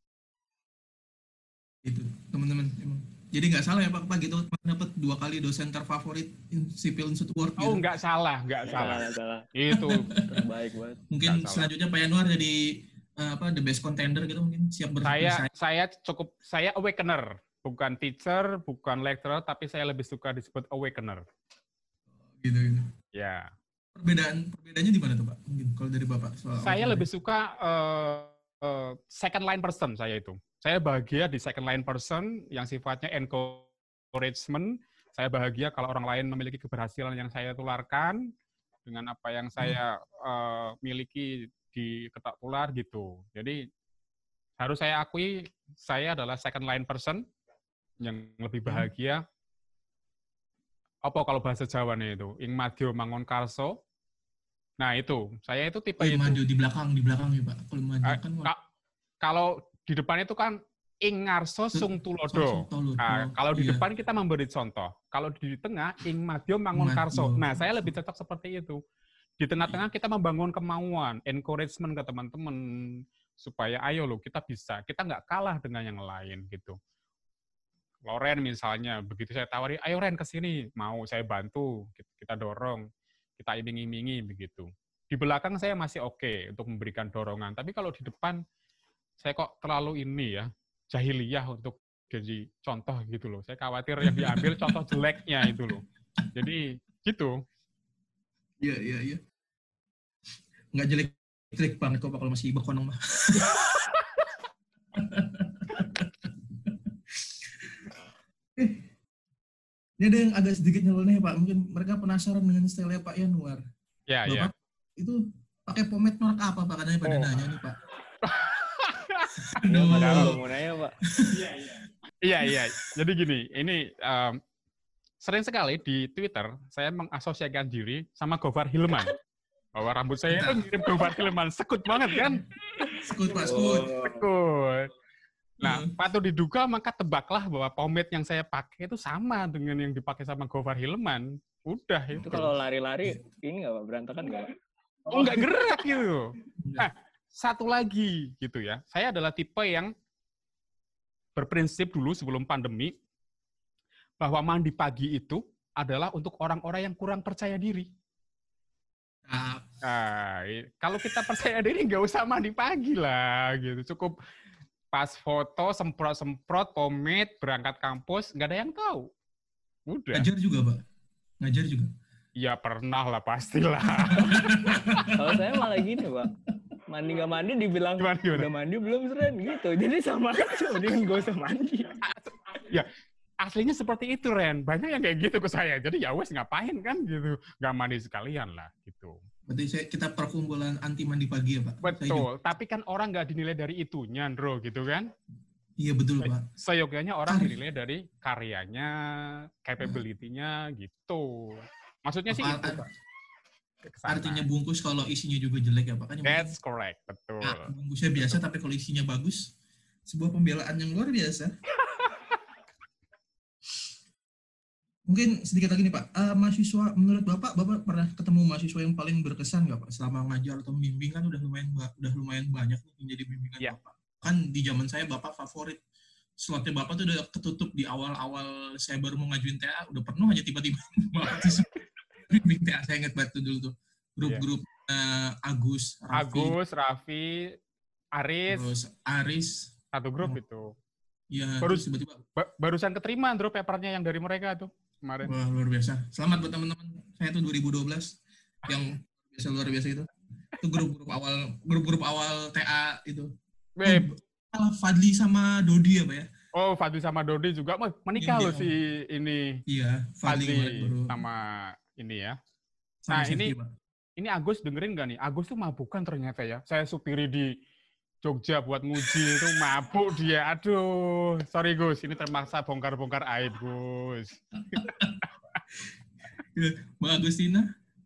Itu teman-teman. Jadi nggak salah ya Pak Gito dapat 2 kali dosen terfavorit Sipil Unsud Award. Oh, nggak salah. Itu baik banget. Mungkin selanjutnya Pak Yanuar jadi the best contender gitu, mungkin siap bersaing. Saya awakener, bukan teacher, bukan lecturer, tapi saya lebih suka disebut awakener. Gitu. Ya. Perbedaannya di mana tuh Pak? Mungkin kalau dari Bapak. Saya lebih suka second line person saya itu. Saya bahagia di second line person yang sifatnya encouragement. Saya bahagia kalau orang lain memiliki keberhasilan yang saya tularkan dengan apa yang saya miliki di ketak tular gitu. Jadi harus saya akui saya adalah second line person yang lebih bahagia apa kalau bahasa Jawa nih itu? Ing madya mangun karso. Nah itu, saya itu tipe Ing itu. maju di belakang ya Pak. Kalau maju kan Kalau di depan itu kan ing ngarso sung tulodo. Nah, kalau di depan kita memberi contoh. Kalau di tengah ing madya mangun karso. Nah, saya lebih cocok seperti itu. Di tengah-tengah kita membangun kemauan, encouragement ke teman-teman supaya ayo loh kita bisa. Kita nggak kalah dengan yang lain gitu. Loren misalnya, begitu saya tawari, ayo Ren ke sini, mau saya bantu, kita dorong, kita iming-imingi begitu. Di belakang saya masih oke untuk memberikan dorongan, tapi kalau di depan saya kok terlalu ini ya, jahiliyah untuk jadi contoh gitu loh. Saya khawatir yang diambil contoh jeleknya itu loh. Jadi gitu. Iya. Nggak jelek banget kok Pak kalau masih bekonong mah. Ini ada yang agak sedikit nyeleneh Pak. Mungkin mereka penasaran dengan style Pak Yanuar. Ya, Bapak itu pakai pomade merek apa Pak? Katanya pada nanya nih Pak. Mau nanya Pak. Iya. Jadi gini, ini sering sekali di Twitter saya mengasosiasikan diri sama Gofar Hilman. Bahwa rambut saya itu mirip Gofar Hilman. Sekut banget kan? Sekut Pak, sekut. Nah, patut diduga maka tebaklah bahwa pomade yang saya pakai itu sama dengan yang dipakai sama Gofar Hilman. Udah itu. Kalau lari-lari ini nggak Pak, berantakan nggak? Oh, nggak gerak gitu. Nah, satu lagi gitu ya. Saya adalah tipe yang berprinsip dulu sebelum pandemi bahwa mandi pagi itu adalah untuk orang-orang yang kurang percaya diri. Nah, kalau kita percaya diri nggak usah mandi pagi lah gitu. Cukup pas foto, semprot-semprot, pomade, berangkat kampus, nggak ada yang tahu. Udah. Ngajar juga, Pak? Ngajar juga? Ya pernah lah, pastilah. Kalau saya malah gini, Pak. Mandi nggak mandi dibilang, gimana? Udah mandi belum Ren? Gitu. Jadi sama aja, mendingan nggak usah mandi. Ya, aslinya seperti itu, Ren. Banyak yang kayak gitu ke saya. Jadi ya wes ngapain kan gitu. Nggak mandi sekalian lah, gitu. Berarti kita perkumpulan anti mandi pagi ya, Pak? Betul, tapi kan orang nggak dinilai dari itunya, Andro, gitu kan? Iya, betul, Pak. Seyogyanya orang dinilai dari karyanya, capability-nya, gitu. Maksudnya sih itu, Pak. Artinya bungkus kalau isinya juga jelek ya, Pak? Kan that's correct, betul. Nah, bungkusnya biasa, tapi kalau isinya bagus, sebuah pembelaan yang luar biasa. Mungkin sedikit lagi nih Pak, mahasiswa menurut Bapak pernah ketemu mahasiswa yang paling berkesan nggak Pak selama ngajar atau membimbing? Kan udah lumayan banyak nih yang jadi bimbingan Bapak. Kan di zaman saya Bapak favorit, slotnya Bapak tuh udah ketutup di awal-awal saya baru mau ngajuin TA, udah penuh aja tiba-tiba bimbing TA. Saya ingat banget dulu tuh grup-grup Agus, Raffi, Aris. Terus Aris. Satu grup itu. Iya. Tiba-tiba. Barusan keterima Andro papernya yang dari mereka tuh. Kemarin. Wah, luar biasa. Selamat buat teman-teman. Saya tuh 2012 yang luar biasa itu. Itu grup-grup awal TA itu. Fadli sama Dodi ya, Pak ya? Oh, Fadli sama Dodi juga menikah loh si ini. Iya, Fadli sama ini ya. Nah, ini Agus dengerin nggak nih? Agus tuh mabukan ternyata ya. Saya supiri di Jogja buat nguji itu mabuk dia. Aduh, sorry Gus, ini terpaksa bongkar-bongkar aib Gus. Mbak Agustina.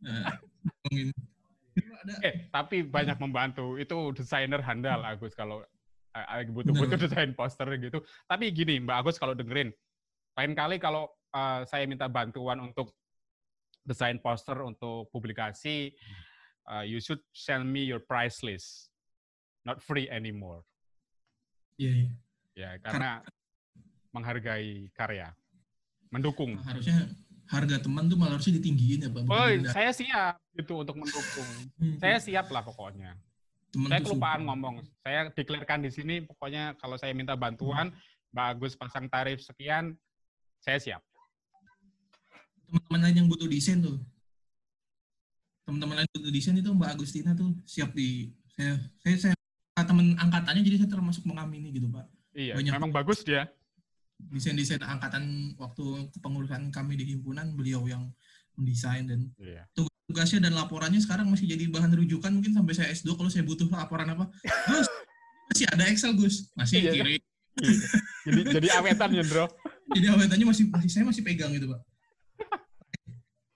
Tapi banyak membantu. Itu desainer handal Agus kalau butuh desain poster gitu. Tapi gini Mbak Agus kalau dengerin, lain kali kalau saya minta bantuan untuk desain poster untuk publikasi, you should send me your price list. Not free anymore. Iya. Ya, karena menghargai karya, mendukung. Harusnya harga teman tuh malah harusnya ditinggiin ya Pak. Oh, saya siap gitu untuk mendukung. Saya siap lah pokoknya. Saya kelupaan ngomong. Saya deklarkan di sini pokoknya kalau saya minta bantuan, Mbak Agus pasang tarif sekian, saya siap. Teman-teman lain yang butuh desain tuh. Teman-teman lain butuh desain itu Mbak Agustina tuh siap di saya teman angkatannya, jadi saya termasuk mengamini gitu Pak. Iya, memang bagus dia. Desain-desain angkatan waktu kepengurusan kami di himpunan, beliau yang mendesain dan tugasnya dan laporannya sekarang masih jadi bahan rujukan mungkin sampai saya S2 kalau saya butuh laporan apa. Gus, masih ada Excel Gus, masih kirim. Jadi awetan ya Bro. Jadi awetannya saya masih pegang gitu Pak.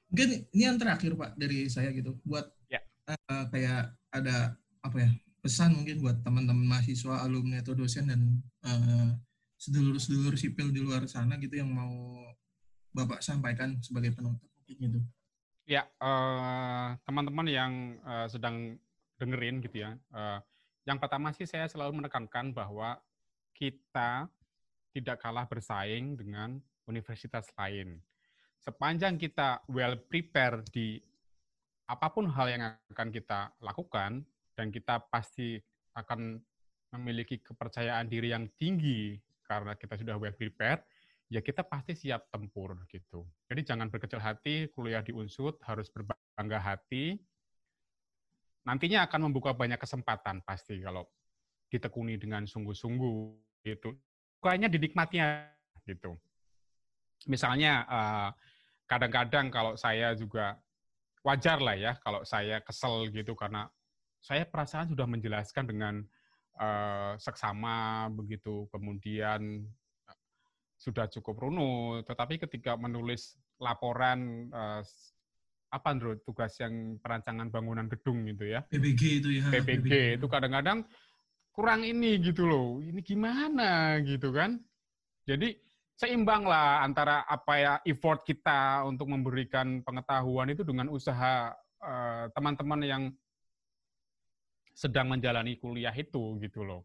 Mungkin ini yang terakhir Pak dari saya gitu, buat Ya. kayak ada apa ya, pesan mungkin buat teman-teman mahasiswa, alumni atau dosen dan sedulur-sedulur sipil di luar sana gitu yang mau Bapak sampaikan sebagai penutup mungkin gitu. Ya, teman-teman yang sedang dengerin gitu ya. Yang pertama sih saya selalu menekankan bahwa kita tidak kalah bersaing dengan universitas lain. Sepanjang kita well prepared di apapun hal yang akan kita lakukan, dan kita pasti akan memiliki kepercayaan diri yang tinggi karena kita sudah well prepared, ya kita pasti siap tempur gitu. Jadi jangan berkecil hati, kuliah di Unsud harus berbangga hati. Nantinya akan membuka banyak kesempatan pasti kalau ditekuni dengan sungguh-sungguh gitu. Kayaknya dinikmatinya gitu. Misalnya kadang-kadang kalau saya juga wajar lah ya kalau saya kesel gitu karena saya perasaan sudah menjelaskan dengan seksama begitu, kemudian sudah cukup runut, tetapi ketika menulis laporan apa Andro, tugas yang perancangan bangunan gedung gitu ya, PBG itu ya. PPG itu kadang-kadang kurang ini gitu loh, ini gimana gitu kan. Jadi seimbang lah antara apa ya effort kita untuk memberikan pengetahuan itu dengan usaha teman-teman yang sedang menjalani kuliah itu gitu loh.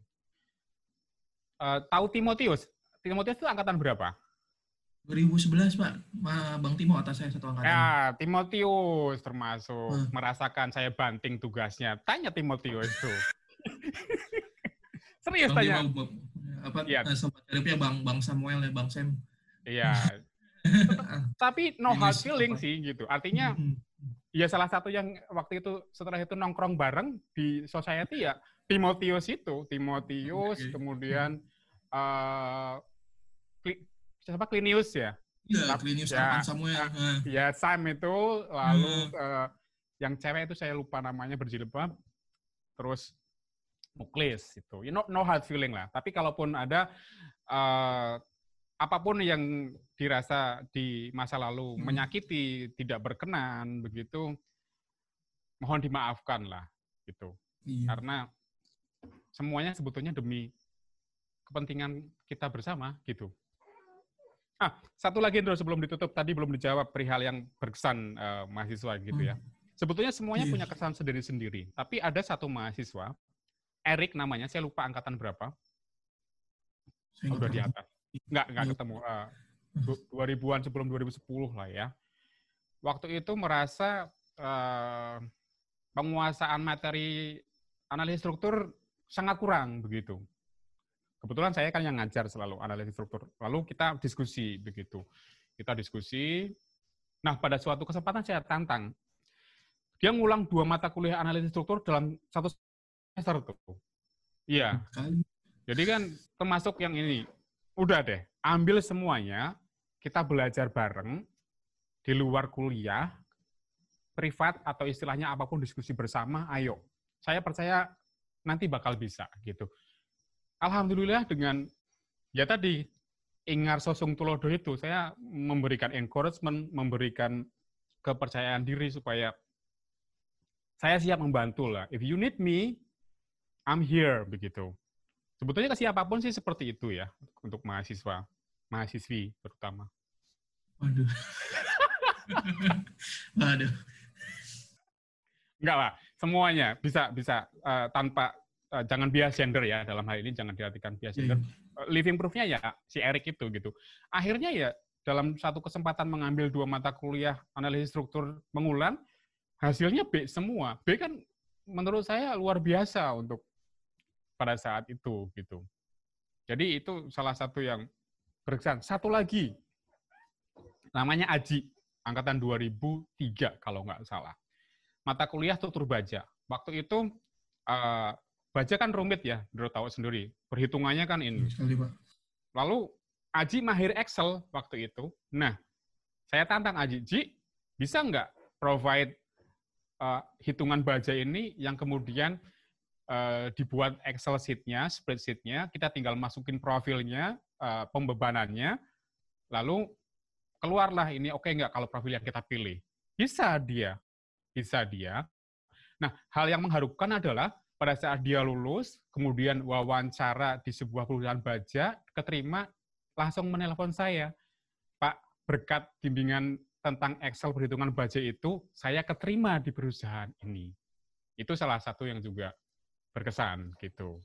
Tahu Timotius? Timotius itu angkatan berapa? 2011 Pak, Bang Timo atas saya satu angkatan. Ya, Timotius termasuk merasakan saya banting tugasnya. Tanya Timotius itu. Serius Bang tanya. Timo, apa ya. Sobat karibnya Bang Samuel ya, Bang Sam. Iya. Tapi no hard feeling sih gitu. Artinya ya salah satu yang waktu itu setelah itu nongkrong bareng di society ya Timotius itu, kemudian siapa Klinius ya? Iya, Klinius ya, Samuel. Ya Sam itu, lalu yang cewek itu saya lupa namanya berjilbab, terus Muklis itu. No hard feeling lah. Tapi kalaupun ada apapun yang dirasa di masa lalu menyakiti, tidak berkenan begitu, mohon dimaafkan lah gitu. Iya. Karena semuanya sebetulnya demi kepentingan kita bersama gitu. Satu lagi Indro sebelum ditutup, tadi belum dijawab perihal yang berkesan mahasiswa gitu ya. Sebetulnya semuanya punya kesan sendiri-sendiri, tapi ada satu mahasiswa, Erik namanya, saya lupa angkatan berapa. Udah di atas. Nggak ketemu. 2000-an sebelum 2010 lah ya. Waktu itu merasa penguasaan materi analisis struktur sangat kurang begitu. Kebetulan saya kan yang ngajar selalu analisis struktur. Lalu kita diskusi begitu. Kita diskusi. Nah, pada suatu kesempatan saya tantang. Dia ngulang 2 mata kuliah analisis struktur dalam 1 semester tuh. Iya. Jadi kan termasuk yang ini. Udah deh, ambil semuanya, kita belajar bareng di luar kuliah, privat atau istilahnya apapun diskusi bersama, ayo. Saya percaya nanti bakal bisa gitu. Alhamdulillah dengan ya tadi Ingar Sosung Tulodo itu saya memberikan encouragement, memberikan kepercayaan diri supaya saya siap membantu lah. If you need me, I'm here begitu. Sebetulnya ke siapapun sih seperti itu ya untuk mahasiswa, mahasiswi terutama. Waduh. Waduh. Enggak lah, semuanya bisa tanpa jangan bias gender ya, dalam hal ini jangan diartikan bias gender. Living proof-nya ya si Erik itu gitu. Akhirnya ya dalam satu kesempatan mengambil 2 mata kuliah analisis struktur mengulang, hasilnya B semua. B kan menurut saya luar biasa untuk pada saat itu gitu. Jadi itu salah satu yang berkesan. Satu lagi namanya Aji, angkatan 2003 kalau nggak salah. Mata kuliah struktur baja. Waktu itu baja kan rumit ya, Bro tahu sendiri. Perhitungannya kan ini. Lalu Aji mahir Excel waktu itu. Nah, saya tantang Aji, Ji, bisa nggak provide hitungan baja ini yang kemudian dibuat Excel sheet-nya, spreadsheet-nya, kita tinggal masukin profilnya, pembebanannya, lalu keluarlah ini oke nggak kalau profil yang kita pilih. Bisa dia. Nah, hal yang mengharukan adalah pada saat dia lulus, kemudian wawancara di sebuah perusahaan baja, keterima, langsung menelpon saya. Pak, berkat bimbingan tentang Excel perhitungan baja itu, saya keterima di perusahaan ini. Itu salah satu yang juga berkesan gitu.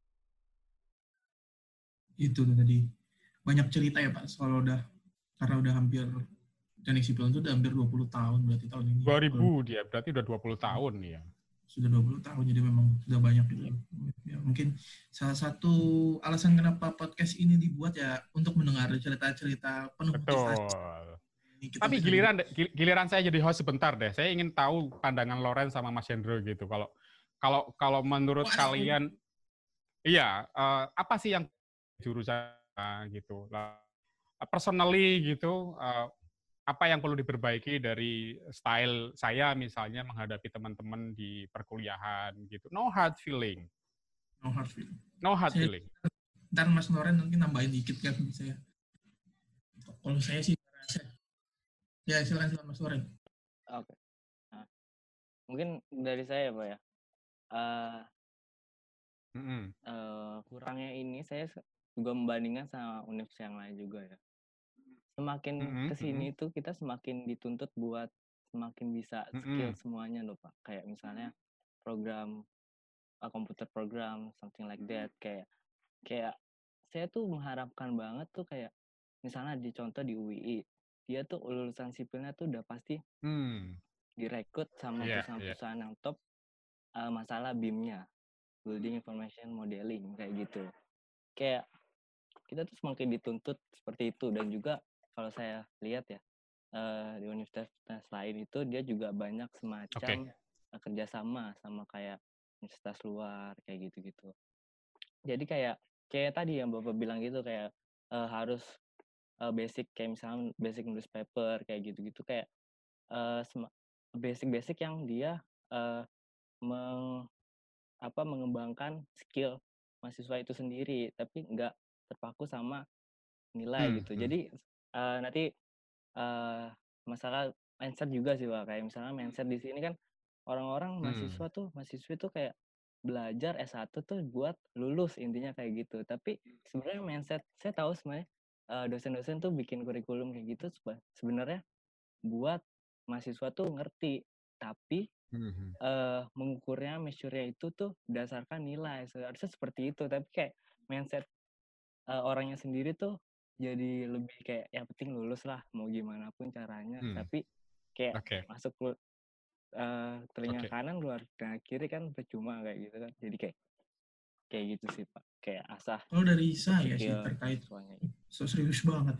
Itu tadi banyak cerita ya Pak soal karena udah hampir teknik sipil itu udah hampir 20 tahun berarti tahun ini. 2000 dia, berarti udah 20 tahun ya. Sudah 20 tahun, jadi memang sudah banyak gitu. Ya, mungkin salah satu alasan kenapa podcast ini dibuat ya untuk mendengar cerita-cerita penuh motivasi. Tapi giliran saya jadi host sebentar deh. Saya ingin tahu pandangan Loren sama Mas Hendro gitu. Kalau menurut kalian, iya, apa sih yang jurusan gitu? Personally gitu, apa yang perlu diperbaiki dari style saya misalnya menghadapi teman-teman di perkuliahan gitu. No hard feeling. Ntar Mas Loren nanti nambahin dikit kan saya. Kalau saya sih ya silakan Mas Loren. Oke. Nah, mungkin dari saya Pak ya. Kurangnya ini saya juga membandingkan sama universitas yang lain juga ya. Semakin kesini itu kita semakin dituntut buat semakin bisa skill semuanya loh Pak. Kayak misalnya program komputer program something like that, kayak saya tuh mengharapkan banget tuh kayak misalnya dicontoh di UII, dia tuh lulusan sipilnya tuh udah pasti direkrut sama perusahaan-perusahaan yang top masalah BIM-nya, building information modeling kayak gitu. Kayak kita tuh semakin dituntut seperti itu. Dan juga kalau saya lihat ya di universitas lain itu dia juga banyak semacam kerjasama sama kayak universitas luar kayak gitu-gitu. Jadi kayak tadi yang Bapak bilang gitu, kayak harus basic, kayak misalnya basic nulis paper kayak gitu-gitu, kayak basic yang dia mengembangkan skill mahasiswa itu sendiri, tapi nggak terpaku sama nilai gitu. Jadi nanti masalah mindset juga sih Pak. Kayak misalnya mindset di sini kan orang-orang mahasiswa tuh kayak belajar S1 tuh buat lulus, intinya kayak gitu. Tapi sebenarnya mindset, saya tahu sebenarnya dosen-dosen tuh bikin kurikulum kayak gitu sebenarnya buat mahasiswa tuh ngerti, tapi mengukurnya, measure-nya itu tuh berdasarkan nilai. Seharusnya seperti itu, tapi kayak mindset orangnya sendiri tuh jadi lebih kayak yang penting lulus lah, mau gimana pun caranya. Tapi kayak masuk telinga kanan keluar telinga kiri kan percuma kayak gitu kan. Jadi kayak gitu sih Pak. Kayak asah. Kalau dari saya sih terkait so serius banget.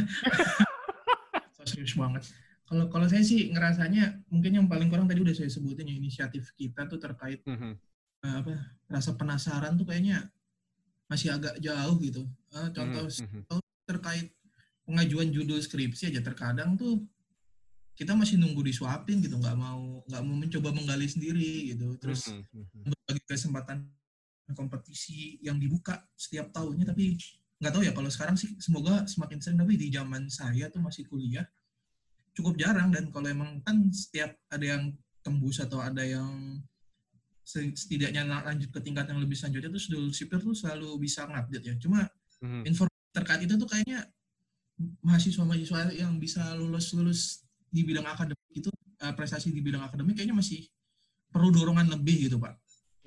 So serius banget. Kalau saya sih ngerasanya mungkin yang paling kurang tadi udah saya sebutin ya, inisiatif kita tuh terkait rasa penasaran tuh kayaknya masih agak jauh gitu. Contoh terkait pengajuan judul skripsi aja terkadang tuh kita masih nunggu disuapin gitu, nggak mau mencoba menggali sendiri gitu. Terus berbagai kesempatan kompetisi yang dibuka setiap tahunnya, tapi nggak tahu ya kalau sekarang sih semoga semakin sering, tapi di zaman saya tuh masih kuliah cukup jarang. Dan kalau emang kan setiap ada yang tembus atau ada yang setidaknya lanjut ke tingkat yang lebih selanjutnya tuh judul sipil tuh selalu bisa ngupdate ya. Cuma informasi terkait itu tuh kayaknya mahasiswa yang bisa lulus di bidang akademik itu, prestasi di bidang akademik kayaknya masih perlu dorongan lebih gitu Pak.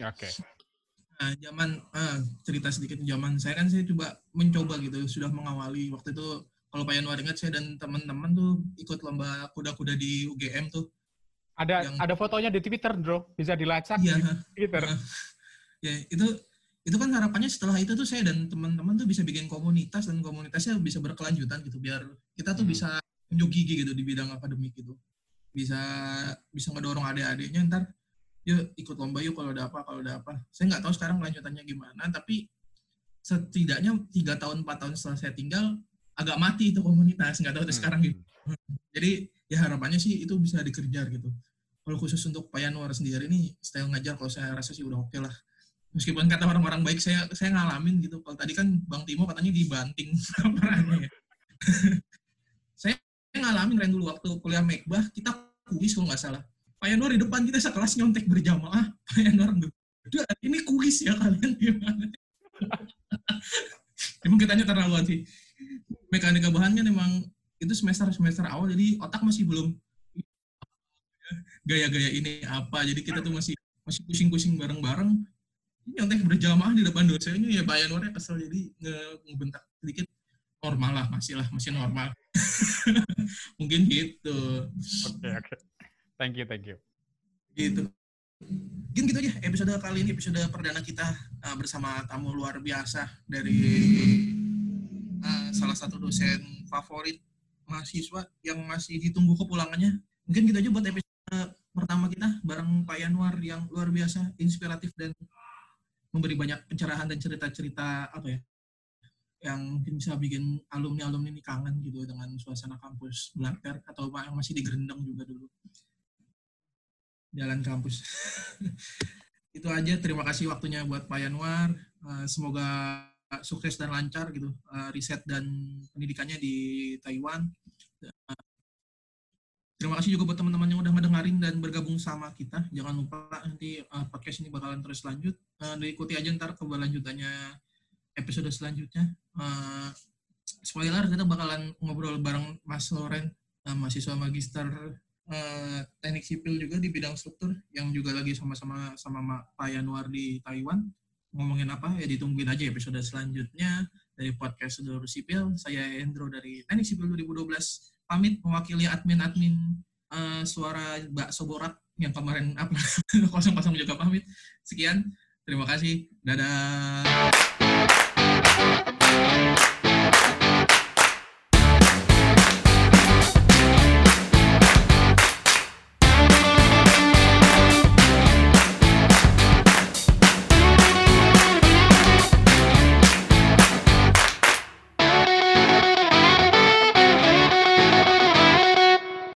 Nah, cerita sedikit zaman saya kan, saya mencoba gitu, sudah mengawali waktu itu. Kalau Pak Yanuar ingat, saya dan teman-teman tuh ikut lomba kuda-kuda di UGM tuh. Ada fotonya di Twitter, Bro. Bisa dilacak di Twitter. Ya, itu kan harapannya setelah itu tuh saya dan teman-teman tuh bisa bikin komunitas, dan komunitasnya bisa berkelanjutan gitu, biar kita tuh bisa unjuk gigi gitu di bidang akademik gitu. Bisa ngedorong adik-adiknya, ntar yuk ikut lomba yuk kalau ada apa. Saya nggak tahu sekarang kelanjutannya gimana, tapi setidaknya 3 tahun 4 tahun setelah saya tinggal agak mati itu komunitas, nggak tahu sekarang gitu. Jadi ya harapannya sih itu bisa dikejar gitu. Kalau khusus untuk Pak Yanuar sendiri nih, style ngajar kalau saya rasa sih udah oke lah. Meskipun kata orang-orang baik, saya ngalamin gitu. Kalau tadi kan Bang Timo katanya dibanting perannya ya. Saya ngalamin dulu waktu kuliah Mekbah, kita kuis kalau nggak salah. Pak Yanwar di depan kita sekelas nyontek berjamaah. Pak Yanwar udah ini kuis ya kalian gimana? Emang kitanya terlaluan sih. Mekanika bahan kan emang itu semester awal, jadi otak masih belum gaya-gaya ini apa. Jadi kita tuh masih pusing-pusing bareng-bareng. Nyontek berjamaah di depan dosennya ya Pak Yanwarnya kesel, jadi ngebentak sedikit. Normal lah, masih normal. Mungkin gitu. Oke. Thank you. Gitu. Mungkin gitu aja episode kali ini, episode perdana kita bersama tamu luar biasa dari salah satu dosen favorit mahasiswa yang masih ditunggu kepulangannya. Mungkin gitu aja buat episode pertama kita bareng Pak Yanwar yang luar biasa, inspiratif dan memberi banyak pencerahan dan cerita-cerita apa ya, yang mungkin bisa bikin alumni ini kangen gitu dengan suasana kampus Blatter atau yang masih digerendeng juga dulu jalan kampus. Itu aja, terima kasih waktunya buat Pak Yanwar. Semoga sukses dan lancar gitu riset dan pendidikannya di Taiwan. Terima kasih juga buat teman-teman yang udah ngedengerin dan bergabung sama kita. Jangan lupa nanti podcast ini bakalan terus lanjut. Diikuti aja ntar keberlanjutannya episode selanjutnya. Spoiler, kita bakalan ngobrol bareng Mas Loren, mahasiswa magister teknik sipil juga di bidang struktur, yang juga lagi sama-sama Pak Yanwar di Taiwan. Ngomongin apa ya ditungguin aja episode selanjutnya dari podcast Sedulur Sipil. Saya Hendro dari Teknik Sipil 2012 pamit mewakili admin suara bakso borak yang kemarin kosong juga pamit. Sekian, terima kasih, dadah.